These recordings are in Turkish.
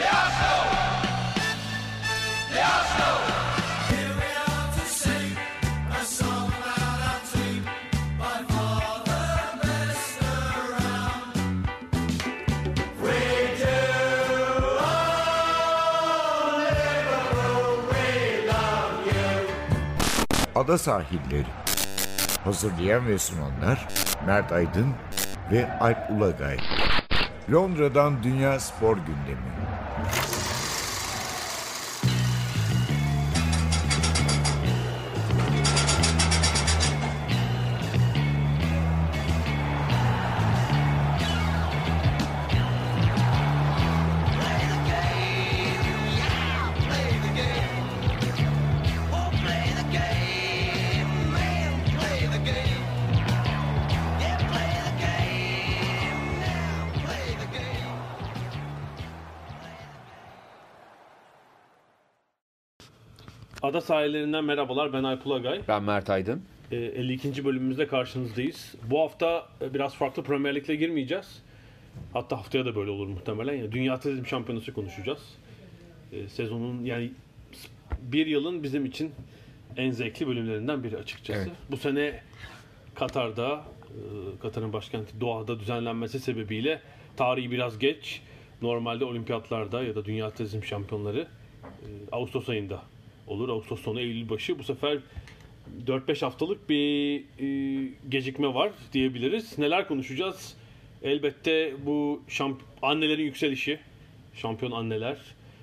Ada Sahilleri. Hazırlayan ve sunanlar Mert Aydın ve Alp Ulagay. Londra'dan Dünya Spor Gündemi. Ada sahillerinden merhabalar, ben Alp Ulagay. Ben Mert Aydın. 52. bölümümüzde karşınızdayız. Bu hafta biraz farklı Premier Lig'le girmeyeceğiz. Hatta haftaya da böyle olur muhtemelen. Yani Dünya Atletizm Şampiyonası konuşacağız. Sezonun yani bir yılın bizim için en zevkli bölümlerinden biri açıkçası. Evet. Bu sene Katar'da, Katar'ın başkenti Doha'da düzenlenmesi sebebiyle tarihi biraz geç. Normalde olimpiyatlarda ya da Dünya Atletizm Şampiyonları Ağustos ayında olur. Ağustos sonu, Eylül başı. Bu sefer 4-5 haftalık bir gecikme var diyebiliriz. Neler konuşacağız? Elbette bu annelerin yükselişi, şampiyon anneler.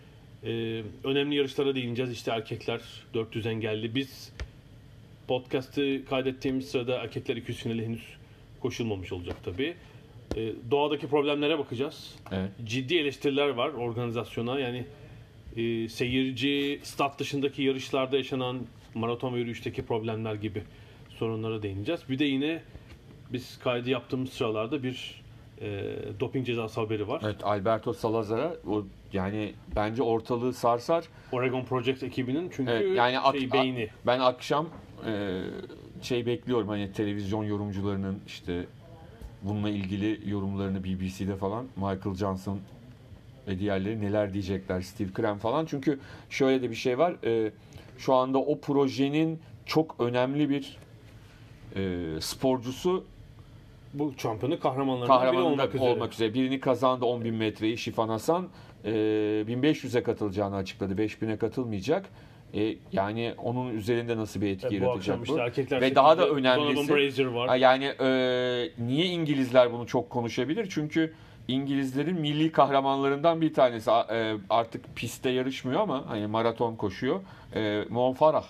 Önemli yarışlara değineceğiz. İşte erkekler 400 engelli. Biz podcast'ı kaydettiğimiz sırada erkekler 200 finali henüz koşulmamış olacak tabii. Doğadaki problemlere bakacağız. Evet. Ciddi eleştiriler var organizasyona. Yani seyirci, stat dışındaki yarışlarda yaşanan maraton ve yürüyüşteki problemler gibi sorunlara değineceğiz. Bir de yine biz kaydı yaptığımız sıralarda bir doping cezası haberi var. Evet, Alberto Salazar'a o yani bence ortalığı sarsar. Oregon Project ekibinin çünkü Evet, yani beyni. Ben akşam bekliyorum hani televizyon yorumcularının işte bununla ilgili yorumlarını BBC'de falan, Michael Johnson ve diğerleri neler diyecekler, Steve Krem falan. Çünkü şöyle de bir şey var. Şu anda o projenin çok önemli bir sporcusu Bu şampiyonun kahramanlarından biri olmak üzere. Birini kazandı 10.000 metreyi Şifan Hasan. 1500'e katılacağını açıkladı. 5000'e katılmayacak. Yani onun üzerinde nasıl bir etki yaratacak bu? Işte ve daha da önemlisi var. Yani niye İngilizler bunu çok konuşabilir? Çünkü İngilizlerin milli kahramanlarından bir tanesi. Artık pistte yarışmıyor ama hani maraton koşuyor. Mo Farah.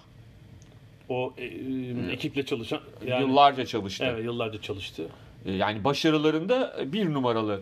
O ekiple çalışan yıllarca çalıştı. Evet, yıllarca çalıştı. Yani başarılarında bir numaralı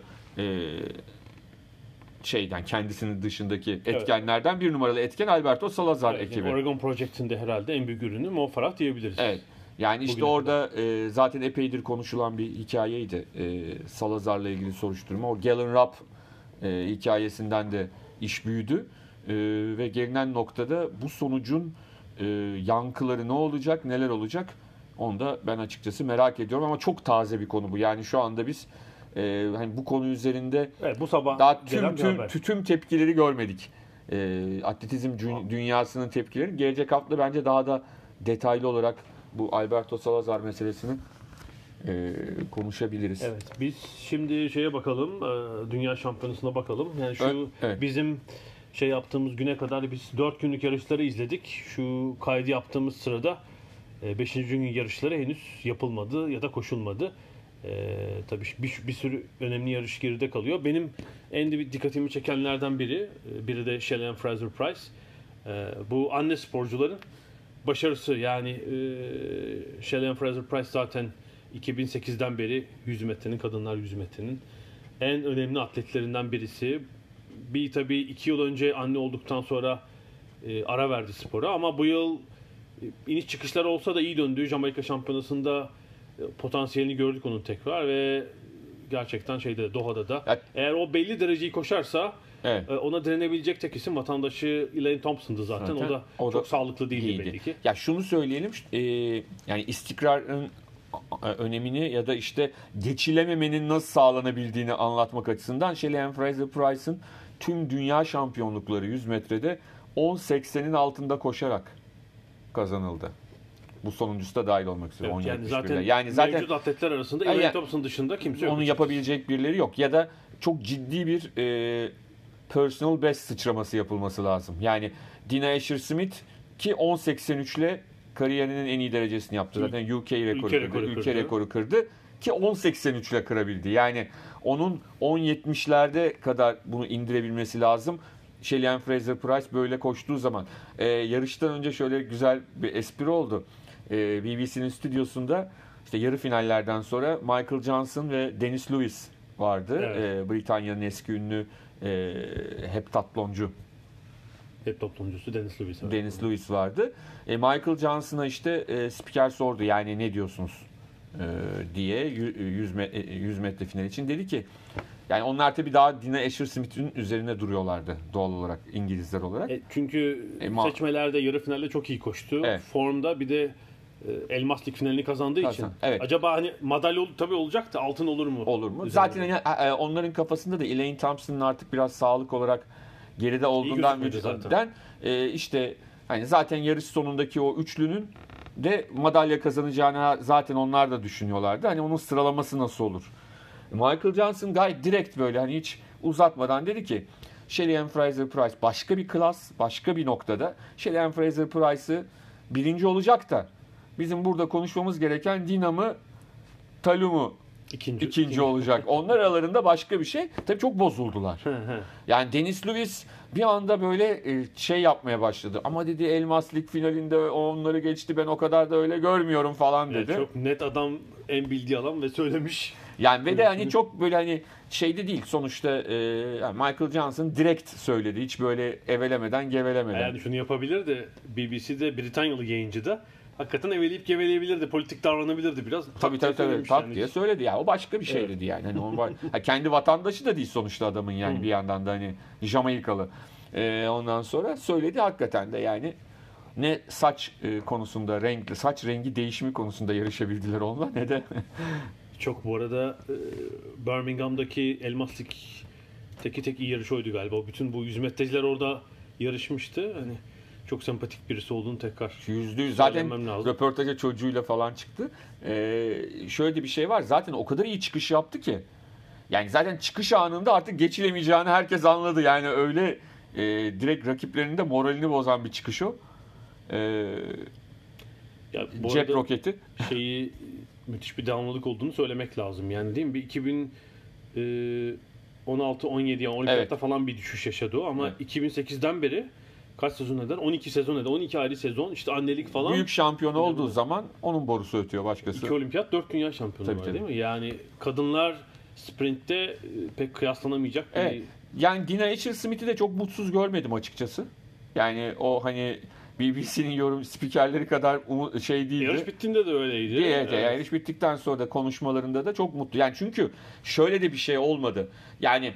kendisinin dışındaki etkenlerden bir numaralı etken Alberto Salazar ekibi. Yani Oregon Project'in de herhalde en büyük ürünü Mo Farah diyebiliriz. Evet. Yani işte orada zaten epeydir konuşulan bir hikayeydi. Salazar'la ilgili soruşturma. O Galen Rupp hikayesinden de iş büyüdü. Ve gelinen noktada bu sonucun yankıları ne olacak, neler olacak? Onu da ben açıkçası merak ediyorum ama çok taze bir konu bu. Yani şu anda biz hani bu konu üzerinde bu sabah daha tüm tepkileri görmedik. Atletizm dünyasının tepkileri. Gelecek hafta bence daha da detaylı olarak bu Alberto Salazar meselesini konuşabiliriz. Evet, biz şimdi şeye bakalım, Dünya Şampiyonası'na bakalım. Yani bizim yaptığımız güne kadar biz 4 günlük yarışları izledik. Şu kaydı yaptığımız sırada 5. gün yarışları henüz yapılmadı ya da koşulmadı. Tabii bir sürü önemli yarış geride kalıyor. Benim en dikkatimi çekenlerden biri de Shelly Fraser-Pryce. Bu anne sporcuların başarısı. Yani Shelly Fraser-Pryce zaten 2008'den beri 100 metrenin, kadınlar 100 metrenin en önemli atletlerinden birisi. Tabii 2 yıl önce anne olduktan sonra ara verdi spora ama bu yıl iniş çıkışlar olsa da iyi döndü. Jamaika Şampiyonası'nda potansiyelini gördük onun tekrar ve gerçekten Doha'da da eğer o belli dereceyi koşarsa ona direnebilecek tek isim vatandaşı Elaine Thompson'dı zaten. O da çok sağlıklı değildi belli ki. Ya şunu söyleyelim, yani istikrarın önemini ya da işte geçilememenin nasıl sağlanabildiğini anlatmak açısından Shelly Fraser-Pryce'ın tüm dünya şampiyonlukları 100 metrede 10.80'in altında koşarak kazanıldı. Bu sonuncusu da dahil olmak üzere. Evet, yani zaten mevcut atletler arasında Elaine Thompson dışında kimse yok. Onu yapabilecek birileri yok. Ya da çok ciddi bir personal best sıçraması yapılması lazım. Yani Dina Asher-Smith ki 10.83 ile kariyerinin en iyi derecesini yaptı. Zaten ülke rekoru kırdı ki 10.83 ile kırabildi. Yani onun 10.70'lerde kadar bunu indirebilmesi lazım. Shelly Fraser-Pryce böyle koştuğu zaman. Yarıştan önce şöyle güzel bir espri oldu. BBC'nin stüdyosunda işte yarı finallerden sonra Michael Johnson ve Dennis Lewis vardı. Evet. Britanya'nın eski ünlü heptatloncu. Heptatloncusu Dennis Lewis. Evet. Dennis Lewis vardı. Michael Johnson'a işte spiker sordu yani ne diyorsunuz diye 100 metre final için. Dedi ki yani onlar tabii daha Dina Asher-Smith'in üzerine duruyorlardı doğal olarak İngilizler olarak. Çünkü seçmelerde yarı finalde çok iyi koştu. Evet. Formda bir de Elmas Lig finalini kazandığı için. Evet. Acaba hani madalya tabii olacak da altın olur mu? Olur mu? Zaten hani, onların kafasında da Elaine Thompson'ın artık biraz sağlık olarak geride olduğundan vücudundan işte hani zaten yarış sonundaki o üçlünün de madalya kazanacağını zaten onlar da düşünüyorlardı. Hani onun sıralaması nasıl olur? Michael Johnson gayet direkt böyle hani hiç uzatmadan dedi ki Shelly Fraser-Pryce başka bir klas, başka bir noktada. Shelly Fraser-Pryce'ı birinci olacak da bizim burada konuşmamız gereken Dina mı Talu mu ikinci olacak. Onlar aralarında başka bir şey. Tabii çok bozuldular. Yani Dennis Lewis bir anda böyle şey yapmaya başladı. Ama dedi Elmas Lig finalinde onları geçti ben o kadar da öyle görmüyorum falan dedi. Çok net adam en bildiği adam ve söylemiş. Yani ve de hani çok böyle hani şeyde değil sonuçta yani Michael Johnson direkt söyledi. Hiç böyle evelemeden gevelemeden. Yani şunu yapabilirdi. BBC'de Britanyalı yayıncı da hakikaten eveleyip geveleyebilirdi. Politik davranabilirdi biraz. Tabii tak diye söyledi ya. O başka bir şey dedi yani. Hani o kendi vatandaşı da değil sonuçta adamın yani bir yandan da hani Jamaikalı. Ondan sonra söyledi hakikaten de yani ne saç konusunda saç rengi değişimi konusunda yarışabildiler onunla ne de çok bu arada Birmingham'daki Elmas Lig'deki tek iyi yarış oydu galiba. Bütün bu 100 metreciler orada yarışmıştı. Hani çok sempatik birisi olduğunu tekrar %100 zaten röportaja çocuğuyla falan çıktı. Şöyle bir şey var. Zaten o kadar iyi çıkış yaptı ki. Yani zaten çıkış anında artık geçilemeyeceğini herkes anladı. Yani öyle direkt rakiplerinin de moralini bozan bir çıkış o. Ya cep roketi. Müthiş bir devamlılık olduğunu söylemek lazım. Yani değil mi? Bir 2016-17 yani Olimpiyat'ta falan bir düşüş yaşadı o. Ama 2008'den beri kaç sezon eder? 12 sezon eder. 12 ayrı sezon. İşte annelik falan. Büyük şampiyon olduğu zaman onun borusu ötüyor başkası. 2 olimpiyat, 4 dünya şampiyonu var değil mi? Yani kadınlar sprintte pek kıyaslanamayacak bir... Yani Dina Asher-Smith'i de çok mutsuz görmedim açıkçası. Yani o hani BBC'nin yorum spikerleri kadar şey değildi. Yarış bittiğinde de öyleydi. Evet. Yarış bittikten sonra da konuşmalarında da çok mutlu. Yani çünkü şöyle de bir şey olmadı. Yani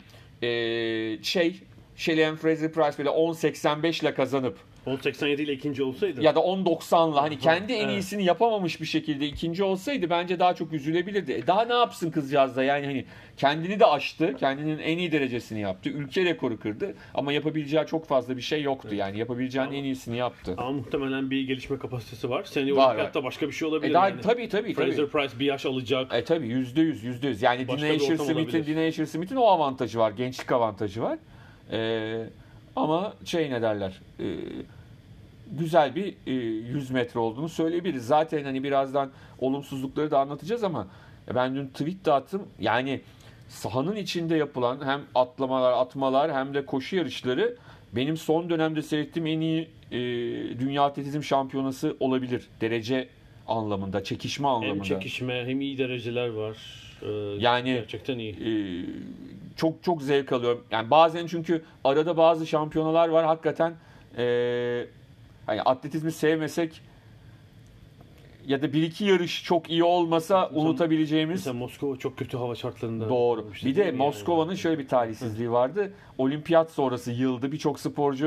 Shelly Fraser-Pryce böyle 10.85 ile kazanıp 10.87 ile ikinci olsaydı ya da 10.90'la hani kendi en iyisini yapamamış bir şekilde ikinci olsaydı bence daha çok üzülebilirdi. Daha ne yapsın kızcağız da yani hani kendini de aştı. Kendinin en iyi derecesini yaptı. Ülke rekoru kırdı ama yapabileceği çok fazla bir şey yoktu. Yani yapabileceğinin en iyisini yaptı. Ama muhtemelen bir gelişme kapasitesi var. Seneye olimpiyatta başka bir şey olabilir. Yani. Tabii. Fraser-Pryce bir yaş alacak. Tabii %100. Yani Dina Asher-Smith'in o avantajı var. Gençlik avantajı var. Ama ne derler güzel bir 100 metre olduğunu söyleyebiliriz. Zaten hani birazdan olumsuzlukları da anlatacağız ama ben dün tweet de attım. Yani sahanın içinde yapılan hem atmalar hem de koşu yarışları benim son dönemde seyrettiğim en iyi dünya atletizm şampiyonası olabilir. Derece anlamında, çekişme anlamında. Hem çekişme hem iyi dereceler var. Yani gerçekten iyi. Çok zevk alıyorum. Yani bazen çünkü arada bazı şampiyonalar var hakikaten hani atletizmi sevmesek ya da bir iki yarış çok iyi olmasa unutabileceğimiz. Mesela Moskova çok kötü hava şartlarında. Doğru. Bir de Moskova'nın şöyle bir talihsizliği vardı. Olimpiyat sonrası yıldı. Birçok sporcu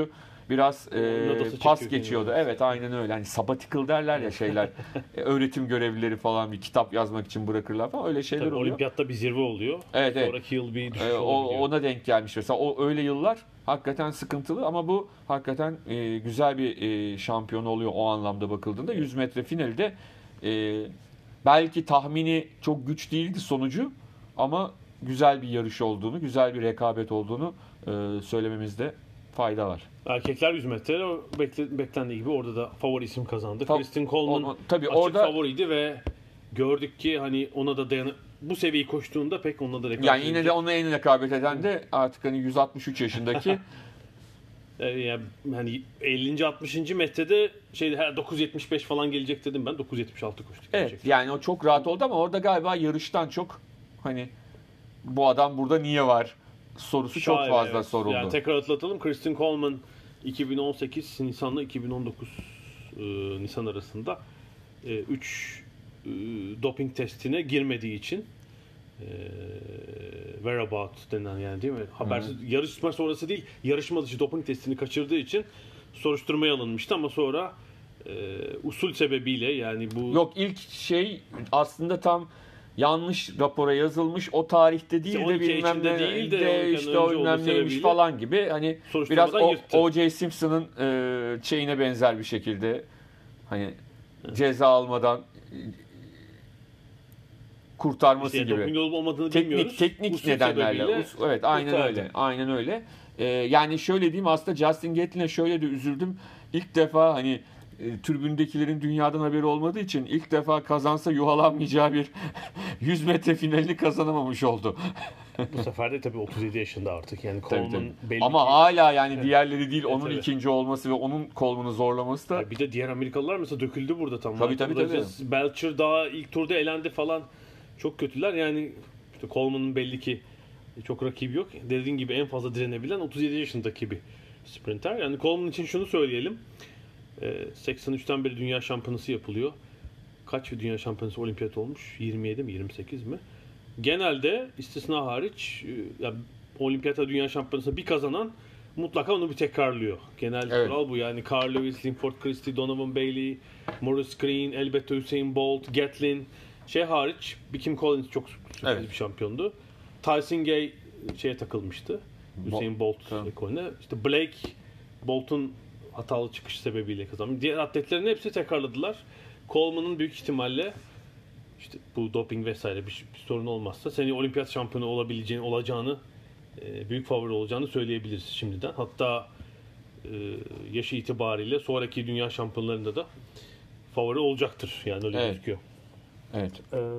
biraz pas çekiyor geçiyordu. yani. Evet, aynen öyle. Hani sabbatical derler ya şeyler. Öğretim görevlileri falan bir kitap yazmak için bırakırlar falan. Öyle şeyler Tabii oluyor. Olimpiyatta bir zirve oluyor. Evet, evet. Sonraki yıl bir düşüş olabiliyor. Ona denk gelmiş mesela. O öyle yıllar hakikaten sıkıntılı ama bu hakikaten güzel bir şampiyon oluyor o anlamda bakıldığında. 100 metre finali de belki tahmini çok güç değildi sonucu ama güzel bir yarış olduğunu, güzel bir rekabet olduğunu söylememizde fayda var. Erkekler 100 metre beklendiği gibi orada da favori isim kazandı. Kristin Coleman tabii açık orada favoriydi ve gördük ki hani ona da bu seviyeyi koştuğunda pek onunla da rekabet yani yine de ona en rekabet eden de artık hani 163 yaşındaki yani hani 50. 60. metrede 9.75 falan gelecek dedim ben. 9.76 koştuk. Evet, yani o çok rahat oldu ama orada galiba yarıştan çok hani bu adam burada niye var sorusu çok fazla soruldu. Yani tekrar hatırlatalım. Kristin Coleman 2018 Nisan'la 2019 Nisan arasında 3 doping testine girmediği için whereabout denen yani değil mi? Habersiz yarışma sonrası değil, yarışma dışı doping testini kaçırdığı için soruşturmaya alınmıştı ama sonra usul sebebiyle yani bu Yok, ilk şey aslında tam yanlış rapora yazılmış, o tarihte değil de bilmem ne değil de işte o bilmem neymiş falan gibi hani biraz O.J. Simpson'ın şeyine benzer bir şekilde hani ceza almadan kurtarması gibi. Doping olup olmadığını bilmiyoruz. Teknik usul nedenlerle. Evet, aynen öyle. Aynen öyle. Yani şöyle diyeyim, aslında Justin Gatlin'e şöyle de üzüldüm. İlk defa hani tribündekilerin dünyadan haberi olmadığı için ilk defa kazansa yuhalanmayacağı bir 100 metre finalini kazanamamış oldu. Bu sefer de tabii 37 yaşında artık. Yani Coleman belli ama ki... hala yani diğerleri değil, onun tabii. ikinci olması ve onun Coleman'ı zorlaması da. Ya bir de diğer Amerikalılar mesela döküldü burada tam. Tabii. Belcher daha ilk turda elendi falan. Çok kötüler. Yani işte Coleman'ın belli ki çok rakibi yok. Dediğin gibi en fazla direnebilen 37 yaşındaki bir sprinter. Yani Coleman için şunu söyleyelim. 83'ten beri dünya şampiyonası yapılıyor. Kaç dünya şampiyonası olimpiyat olmuş? 27 mi 28 mi? Genelde istisna hariç olimpiyata dünya şampiyonası bir kazanan mutlaka onu bir tekrarlıyor. Genel kural bu. Yani Carl Lewis, Linford Christie, Donovan Bailey, Maurice Green, elbette Usain Bolt, Gatlin hariç Kim Collins çok sürpriz bir şampiyondu. Tyson Gay takılmıştı. Usain Bolt ekolüne. İşte Blake Bolt'un hatalı çıkış sebebiyle kazanmış. Diğer atletlerin hepsi tekrarladılar. Coleman'ın büyük ihtimalle işte bu doping vesaire bir sorun olmazsa seni olimpiyat şampiyonu olacağını büyük favori olacağını söyleyebiliriz şimdiden. Hatta yaşı itibariyle sonraki dünya şampiyonlarında da favori olacaktır. Yani öyle gözüküyor. Evet.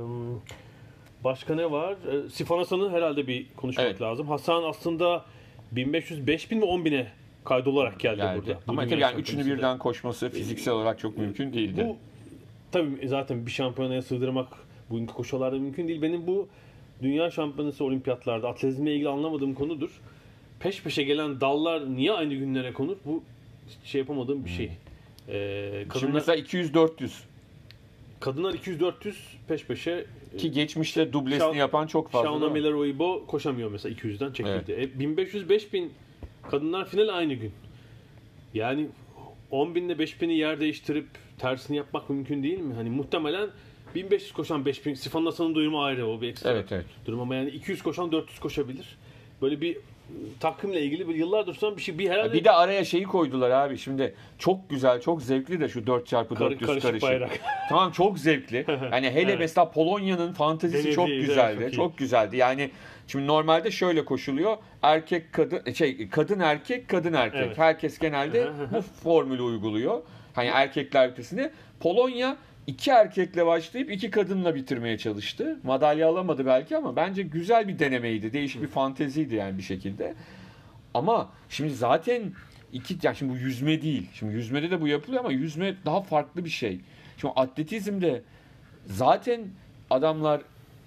Başka ne var? Sifan Hasan'ı herhalde bir konuşmak lazım. Hasan aslında 1500, 5000 ve 10.000'e kaydolarak geldi burada. Ama tabii yani üçünü birden koşması fiziksel olarak çok mümkün değildi. Bu tabii zaten bir şampiyonaya sığdırmak bugünkü koşularda mümkün değil. Benim bu dünya şampiyonası olimpiyatlarda atletizmle ilgili anlamadığım konudur. Peş peşe gelen dallar niye aynı günlere konur? Bu yapamadığım bir şey. Şimdi mesela 200-400. Kadınlar 200-400 peş peşe ki geçmişte dublesini yapan çok fazla. Shauna Miller-Uibo koşamıyor mesela 200'den çekildi. Evet. 1500-5000 kadınlar final aynı gün. Yani 10.000 ile 5.000'i yer değiştirip tersini yapmak mümkün değil mi? Hani muhtemelen 1500 koşan 5000, Sifan Hasan'ın duyumu ayrı, o bir ekstra durum ama yani 200 koşan 400 koşabilir. Böyle bir takvimle ilgili bir yıllardır sonra bir herhalde... Bir de araya şeyi koydular abi. Şimdi çok güzel, çok zevkli de şu 4x400 karışık. Bayrak. Tamam, çok zevkli. Yani hele mesela Polonya'nın fantezisi çok güzeldi. Evet, çok güzeldi. Yani şimdi normalde şöyle koşuluyor. Erkek kadın kadın erkek kadın erkek. Evet. Herkes genelde bu formülü uyguluyor. Hani erkekler vitesini. Polonya 2 erkekle başlayıp 2 kadınla bitirmeye çalıştı. Madalya alamadı belki ama bence güzel bir denemeydi. Değişik bir fanteziydi yani bir şekilde. Ama şimdi zaten yani şimdi bu yüzme değil. Şimdi yüzmede de bu yapılıyor ama yüzme daha farklı bir şey. Şimdi atletizmde zaten adamlar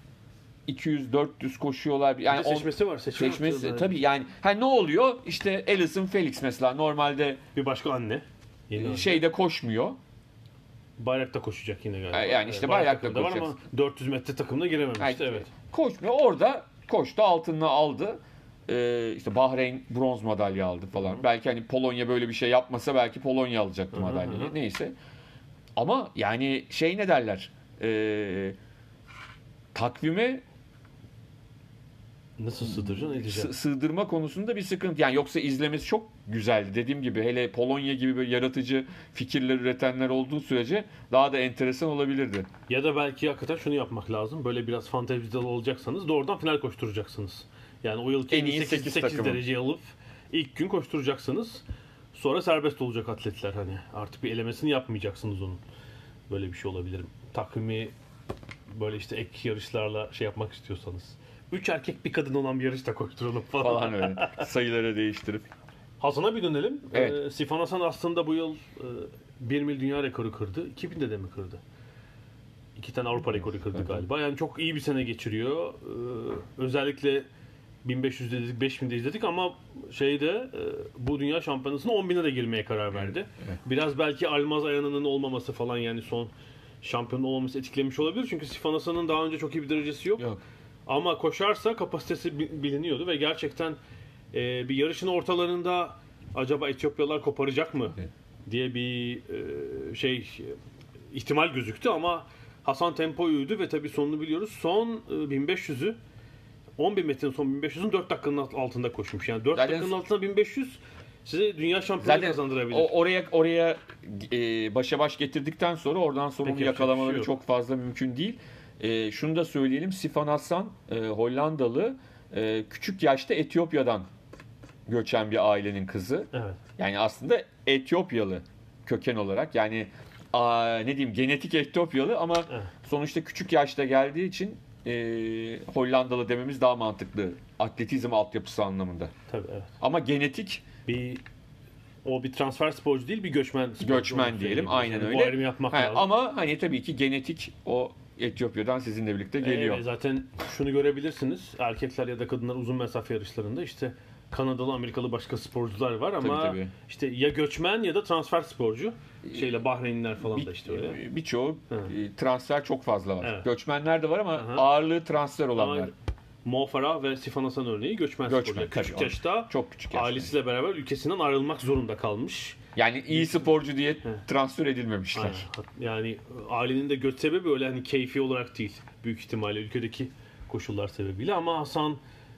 200-400 koşuyorlar. Yani seçmesi var. Seçmesi tabii yani. Ne oluyor? İşte Alison Felix mesela normalde bir başka anne. Şeyde koşmuyor. Bayrakta koşacak yine galiba. Yani işte bayrakta koşacak. Ama 400 metre takımına girememişti. Evet. Koşmuyor. Orada koştu, altınını aldı. işte Bahreyn bronz madalya aldı falan. Belki hani Polonya böyle bir şey yapmasa belki Polonya alacaktı madalyayı. Neyse. Ama yani şey ne derler? Takvime nasıl sığdıracaksın, edeceksin? Sığdırma konusunda bir sıkıntı. Yani yoksa izlemesi çok güzeldi. Dediğim gibi hele Polonya gibi böyle yaratıcı fikirler üretenler olduğu sürece daha da enteresan olabilirdi. Ya da belki hakikaten şunu yapmak lazım. Böyle biraz fantezide olacaksanız doğrudan final koşturacaksınız. Yani o yılki En iyi 8 takımı. derece alıp ilk gün koşturacaksınız. Sonra serbest olacak atletler hani. Artık bir elemesini yapmayacaksınız onun. Böyle bir şey olabilir. Takvimi böyle işte ek yarışlarla şey yapmak istiyorsanız. 3 erkek bir kadın olan bir yarışta koşturalım Falan öyle. Sayıları değiştirip. Hasan'a bir dönelim. Evet. Sifan Hasan aslında bu yıl 1 mil dünya rekoru kırdı. 2000'de de mi kırdı? 2 tane Avrupa rekoru kırdı galiba. Yani çok iyi bir sene geçiriyor. Özellikle 1500'de izledik, 5000'de izledik ama bu dünya şampiyonasına 10.000'e de girmeye karar verdi. Evet. Biraz belki Almaz Ayanı'nın olmaması falan yani son şampiyon olmaması etkilemiş olabilir. Çünkü Sifan Hasan'ın daha önce çok iyi bir derecesi yok. Ama koşarsa kapasitesi biliniyordu ve gerçekten bir yarışın ortalarında acaba Etiyopyalılar koparacak mı diye bir ihtimal gözüktü ama Hasan tempoyuydu ve tabii sonunu biliyoruz. Son 1500'ü 10.000 metrenin son 1500'ün 4 dakikanın altında koşmuş. Yani 4 dakikanın altında 1500 size dünya şampiyonu kazandırabilir. Oraya başa baş getirdikten sonra oradan sonra onu yakalamaları çok fazla mümkün değil. Şunu da söyleyelim. Sifan Hasan Hollandalı, küçük yaşta Etiyopya'dan göçen bir ailenin kızı. Evet. Yani aslında Etiyopyalı köken olarak. Yani ne diyeyim, genetik Etiyopyalı ama sonuçta küçük yaşta geldiği için Hollandalı dememiz daha mantıklı. Atletizm altyapısı anlamında. Tabii, evet. Ama genetik bir transfer sporcu değil, bir göçmen sporcu. Göçmen diyelim. Aynen yani öyle. Bu ayrımı yapmak lazım. Ama hani tabii ki genetik o Etiyopya'dan sizinle birlikte geliyor. Zaten şunu görebilirsiniz. Erkekler ya da kadınlar uzun mesafe yarışlarında işte Kanadalı, Amerikalı başka sporcular var ama tabii. işte ya göçmen ya da transfer sporcu. Bahreynliler falan da işte öyle. Birçoğu transfer çok fazla var. Evet. Göçmenler de var ama ağırlığı transfer olanlar. Mo Farah ve Sifan Hasan örneği göçmen sporcu. Küçük yaşta çok küçük yaşta ailesiyle beraber ülkesinden ayrılmak zorunda kalmış. Yani iyi sporcu diye transfer edilmemişler. Aynen. Yani ailenin de göç sebebi öyle hani keyfi olarak değil. Büyük ihtimalle ülkedeki koşullar sebebiyle ama Hasan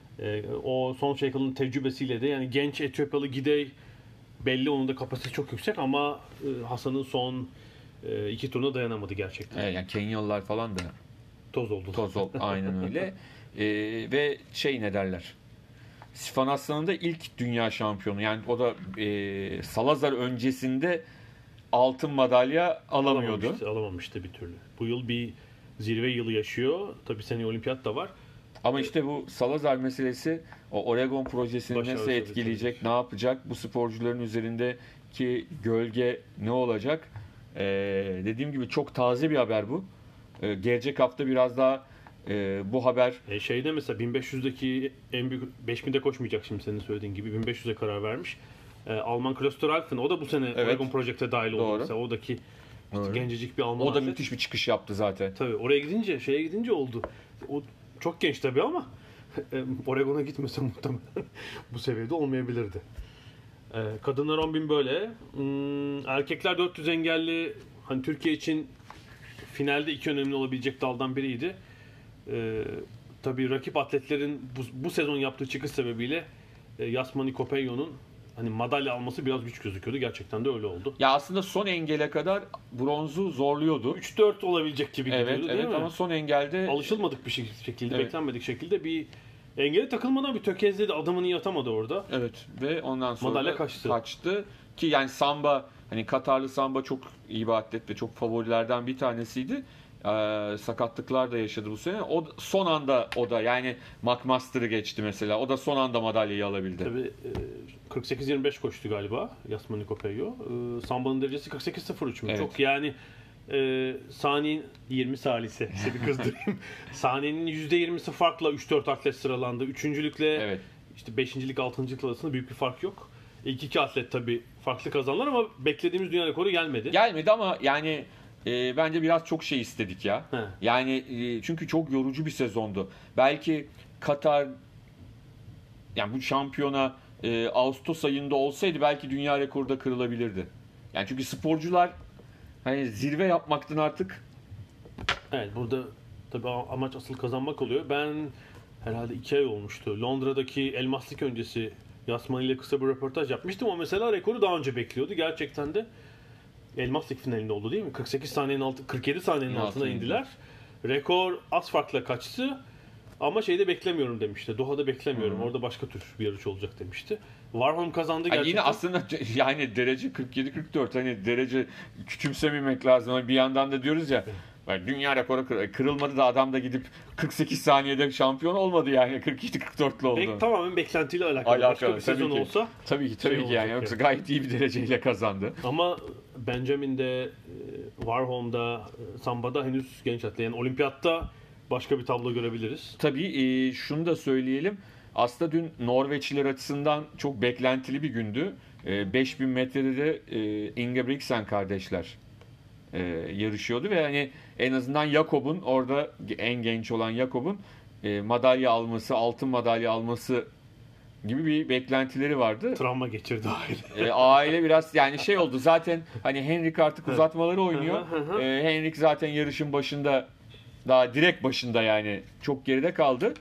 o son şeylerin tecrübesiyle de yani genç Etiyopyalı gidey belli, onun da kapasitesi çok yüksek ama Hasan'ın son 2 turuna dayanamadı gerçekten. Evet, yani Kenyalılar falan da toz oldu. Aynen öyle. Ve ne derler? Sifan Hasan'ın da ilk dünya şampiyonu. Yani o da Salazar öncesinde altın madalya alamıyordu. Alamamıştı bir türlü. Bu yıl bir zirve yılı yaşıyor. Tabii seneye olimpiyat da var. Ama işte bu Salazar meselesi o Oregon projesini nasıl etkileyecek, ne yapacak? Bu sporcuların üzerindeki gölge ne olacak? Dediğim gibi çok taze bir haber bu. Gelecek hafta biraz daha bu haber... mesela 1500'deki en büyük 5000'de koşmayacak şimdi senin söylediğin gibi. 1500'e karar vermiş. Alman Klosteralfen, o da bu sene Oregon Project'e dahil oldu. Mesela oradaki gencecik bir Alman. O da müthiş bir çıkış yaptı zaten. Tabii oraya gidince oldu. O çok genç tabii ama Oregon'a gitmese muhtemelen bu seviyede olmayabilirdi. Kadınlar 10.000 böyle. Erkekler 400 engelli, hani Türkiye için finalde 2 önemli olabilecek daldan biriydi. Tabii rakip atletlerin bu sezon yaptığı çıkış sebebiyle Yasmani Kopeylo'nun hani madalya alması biraz güç gözüküyordu. Gerçekten de öyle oldu. Ya aslında son engele kadar bronzu zorluyordu. 3-4 olabilecek gibi gidiyordu değil mi? Ama son engelde alışılmadık bir şekilde, beklenmedik şekilde bir engele takılmadan bir tökezledi. Adamını iyi atamadı orada. Evet ve ondan sonra madalya kaçtı. Ki yani Samba, hani Katarlı Samba çok iyi bir atlet ve çok favorilerden bir tanesiydi. Sakatlıklar da yaşadı bu sene. O son anda yani McMaster'ı geçti mesela. O da son anda madalyayı alabildi. Tabii 48-25 koştu galiba Yasmani Kopeylo. Samba'nın derecesi 48-03 mü? Evet. Çok yani saniyenin 20 salise. Seni kızdırayım. Saniyenin %20'si farkla 3-4 atlet sıralandı. Üçüncülükle işte 5.lik 6.lık arasında büyük bir fark yok. İlk 2 atlet tabii farklı kazanlar ama beklediğimiz dünya rekoru gelmedi. Gelmedi ama yani bence biraz çok şey istedik ya. Yani çünkü çok yorucu bir sezondu. Belki Katar yani bu şampiyona Ağustos ayında olsaydı belki dünya rekoru da kırılabilirdi. Yani çünkü sporcular hani zirve yapmaktan artık. Evet, burada tabii amaç asıl kazanmak oluyor. Ben herhalde 2 ay olmuştu. Londra'daki Elmaslık öncesi Yasman ile kısa bir röportaj yapmıştım. O mesela rekoru daha önce bekliyordu. Gerçekten de Elmaslık finalinde oldu değil mi? 48 saniyenin altı, 47 saniyenin altına indiler. Rekor az farkla kaçtı. Ama şeyde beklemiyorum demişti. Doha'da beklemiyorum. Orada başka tür bir yarış olacak demişti. Warholm kazandı gerçekten. Yine aslında yani derece 47-44, hani derece küçümsememek lazım. Hani bir yandan da diyoruz ya, yani dünya rekoru kırılmadı da adam da gidip 48 saniyede şampiyon olmadı yani, 47-44'lü oldu. Tamamen beklentiyle alakalı. Başka bir sezon olsa. Tabii ki yani. Yoksa gayet iyi bir dereceyle kazandı. Ama Benjamin'de, Warholm'da, Samba'da henüz genç atlet. Yani olimpiyatta başka bir tablo görebiliriz. Tabii şunu da söyleyelim. Aslında dün Norveçliler açısından çok beklentili bir gündü. 5000 metrede de Ingebrigtsen kardeşler yarışıyordu ve hani en azından Jakob'un, orada en genç olan Jakob'un madalya alması, altın madalya alması gibi bir beklentileri vardı. Travma geçirdi aile. Aile biraz yani şey oldu zaten, hani Henrik artık uzatmaları oynuyor. Henrik zaten yarışın başında, daha direkt başında, yani çok geride kaldı.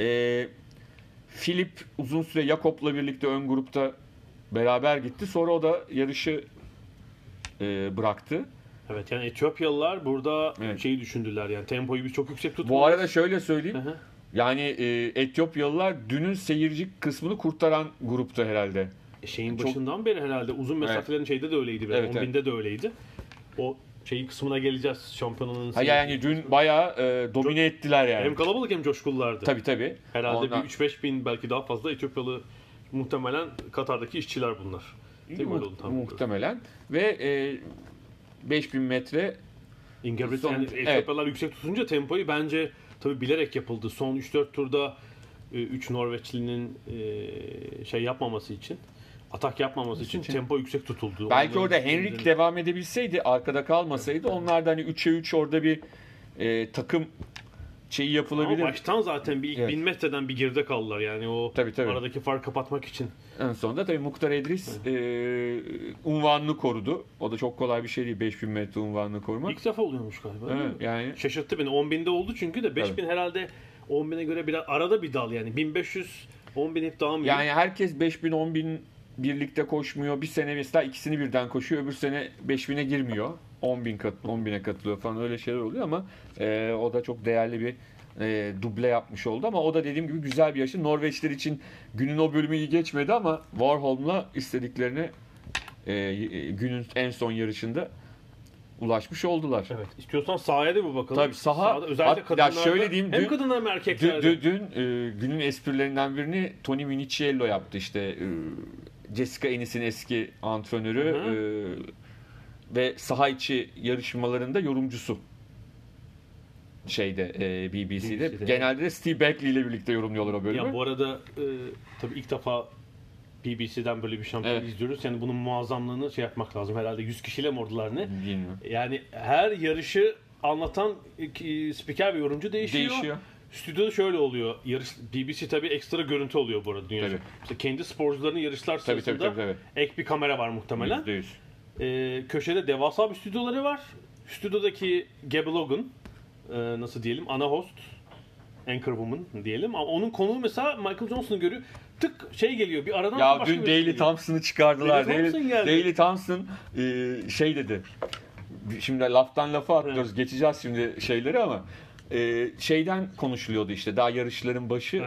Filip uzun süre Jakob'la birlikte ön grupta beraber gitti. Sonra o da yarışı bıraktı. Evet, yani Etiyopyalılar burada şeyi düşündüler, yani tempoyu biz çok yüksek tutmalıyız. Bu arada şöyle söyleyeyim. Yani Etiyopyalılar dünün seyirci kısmını kurtaran grupta herhalde. Şeyin başından beri herhalde uzun mesafelerin şeyde de öyleydi. Evet, 10.000'de de öyleydi. O şeyin kısmına geleceğiz, şampiyonanın. Yani dün bayağı domine ettiler yani. Hem kalabalık hem coşkullardı. Tabii. Herhalde bir 3-5 bin, belki daha fazla Etiyopyalı, muhtemelen Katar'daki işçiler bunlar. Muhtemelen. Ve 5000 metre Ingebrigtsen, yani Etiyopyalılar yüksek tutunca tempoyu bence tabii bilerek yapıldı. Son 3-4 turda 3 Norveçlinin şey yapmaması için, atak yapmaması için tempo yüksek tutuldu. Belki onların orada Henrik devam edebilseydi, arkada kalmasaydı, onlar da hani 3'e 3 orada bir takım şeyi yapılabilir. Ama baştan zaten bir ilk 1000 metreden bir geride kaldılar. Yani o tabii. aradaki farkı kapatmak için. En sonunda tabii Mukhtar Edris unvanını korudu. O da çok kolay bir şey değil, 5000 metre unvanını korumak. İlk defa oluyormuş galiba. Evet, yani şaşırttı beni. 10.000'de oldu çünkü de 5000 herhalde 10.000'e göre biraz arada bir dal yani. 1500 10.000 hep daha mı? Yani herkes 5000 10.000 birlikte koşmuyor. Bir sene mesela ikisini birden koşuyor. Öbür sene 5000'e girmiyor. 10.000'e katılıyor falan, öyle şeyler oluyor ama o da çok değerli bir duble yapmış oldu. Ama o da dediğim gibi güzel bir yarışı. Norveçler için günün o bölümü iyi geçmedi ama Warholm'la istediklerini günün en son yarışında ulaşmış oldular. Evet. İstiyorsan sahaya da bir bakalım. Tabii sahada özellikle kadınlarda. Şöyle diyeyim, hem kadınlar hem erkeklerde. Dün günün esprilerinden birini Tony Viniciello yaptı, işte Jessica Ennis'in eski antrenörü ve saha içi yarışmalarında yorumcusu BBC'de. Genelde de Steve Beckley ile birlikte yorumluyorlar o bölümü. Ya bu arada tabii ilk defa BBC'den böyle bir şampiyon izliyoruz. Yani bunun muazzamlığını şey yapmak lazım. Herhalde 100 kişiyle mi ordular ne? Bilmiyorum. Yani her yarışı anlatan spiker ve yorumcu değişiyor. Stüdyoda şöyle oluyor. BBC tabii ekstra görüntü oluyor bu arada dünyada. İşte kendi sporcularının yarışlar sırasında ek bir kamera var muhtemelen. Köşede devasa bir stüdyoları var. Stüdyodaki Gabby Logan, nasıl diyelim, ana host, anchor woman diyelim. Ama onun konuğu mesela Michael Johnson'u görüyor. Tık geliyor. Bir aradan ya dün Daily Thompson'ı çıkardılar. Daily Thompson şey dedi. Şimdi laftan lafa atlıyoruz. Geçeceğiz şimdi şeyleri ama şeyden konuşuluyordu işte. Daha yarışların başı.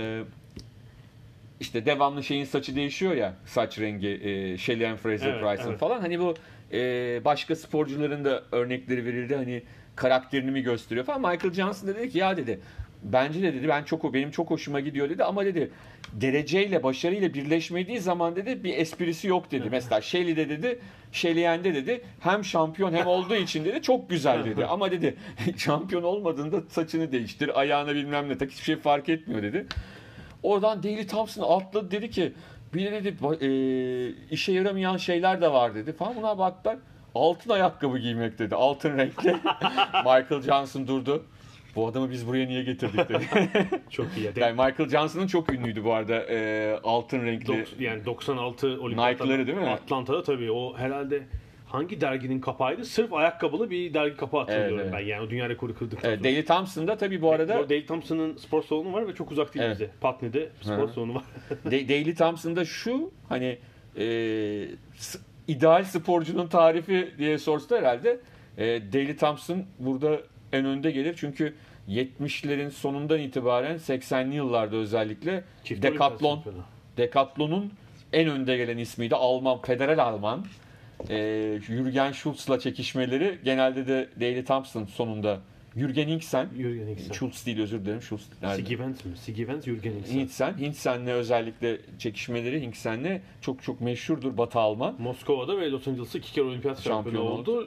İşte devamlı şeyin saçı değişiyor ya. Saç rengi. Shelley Ann Fraser-Pryce'ın falan. Hani bu başka sporcuların da örnekleri verildi. Hani karakterini mi gösteriyor falan. Michael Johnson dedi ki ya dedi, bence de dedi benim çok hoşuma gidiyor dedi ama dedi dereceyle başarıyla birleşmediği zaman dedi bir esprisi yok dedi. Mesela Shelley'de dedi, Shelley Ann'de dedi hem şampiyon hem olduğu için dedi çok güzel dedi ama dedi şampiyon olmadığında saçını değiştir, ayağına bilmem ne tak, hiçbir şey fark etmiyor dedi. Oradan Daily Thompson atladı, dedi ki bir de dedi işe yaramayan şeyler de var dedi falan. Buna baktılar, altın ayakkabı giymek dedi, altın renkli. Michael Johnson durdu. bu adamı biz buraya niye getirdik dedi. Çok iyi. Yani Michael Johnson'ın çok ünlüydü bu arada altın renkli. Yani 96 olimpiyatlarda Nike'ları değil mi? Atlanta'da tabii o herhalde hangi derginin kapağıydı? Sırf ayakkabılı bir dergi kapağı hatırlıyorum evet. ben. Yani o dünya rekoru kırdıktan sonra. Daley Thompson'da tabii bu arada. Daley Thompson'ın spor salonu var ve çok uzak değil bize. Putney'de spor salonu var. Daley Thompson'da şu hani ideal sporcunun tarifi diye sorsa herhalde Daley Thompson burada en önde gelir. Çünkü 70'lerin sonundan itibaren 80'li yıllarda özellikle Decathlon'un en önde gelen ismiydi. Alman, federal Alman. Jürgen Schultz'la çekişmeleri genelde de Daley Thompson sonunda. Jürgen Hintsen. Schultz değil, özür dilerim. Schultz nerede? Sigivens, Jürgen Hintsen'le özellikle çekişmeleri Hintsen'le çok meşhurdur Batı Alman. Moskova'da ve Los Angeles'ta 2 kere olimpiyat şampiyonu oldu.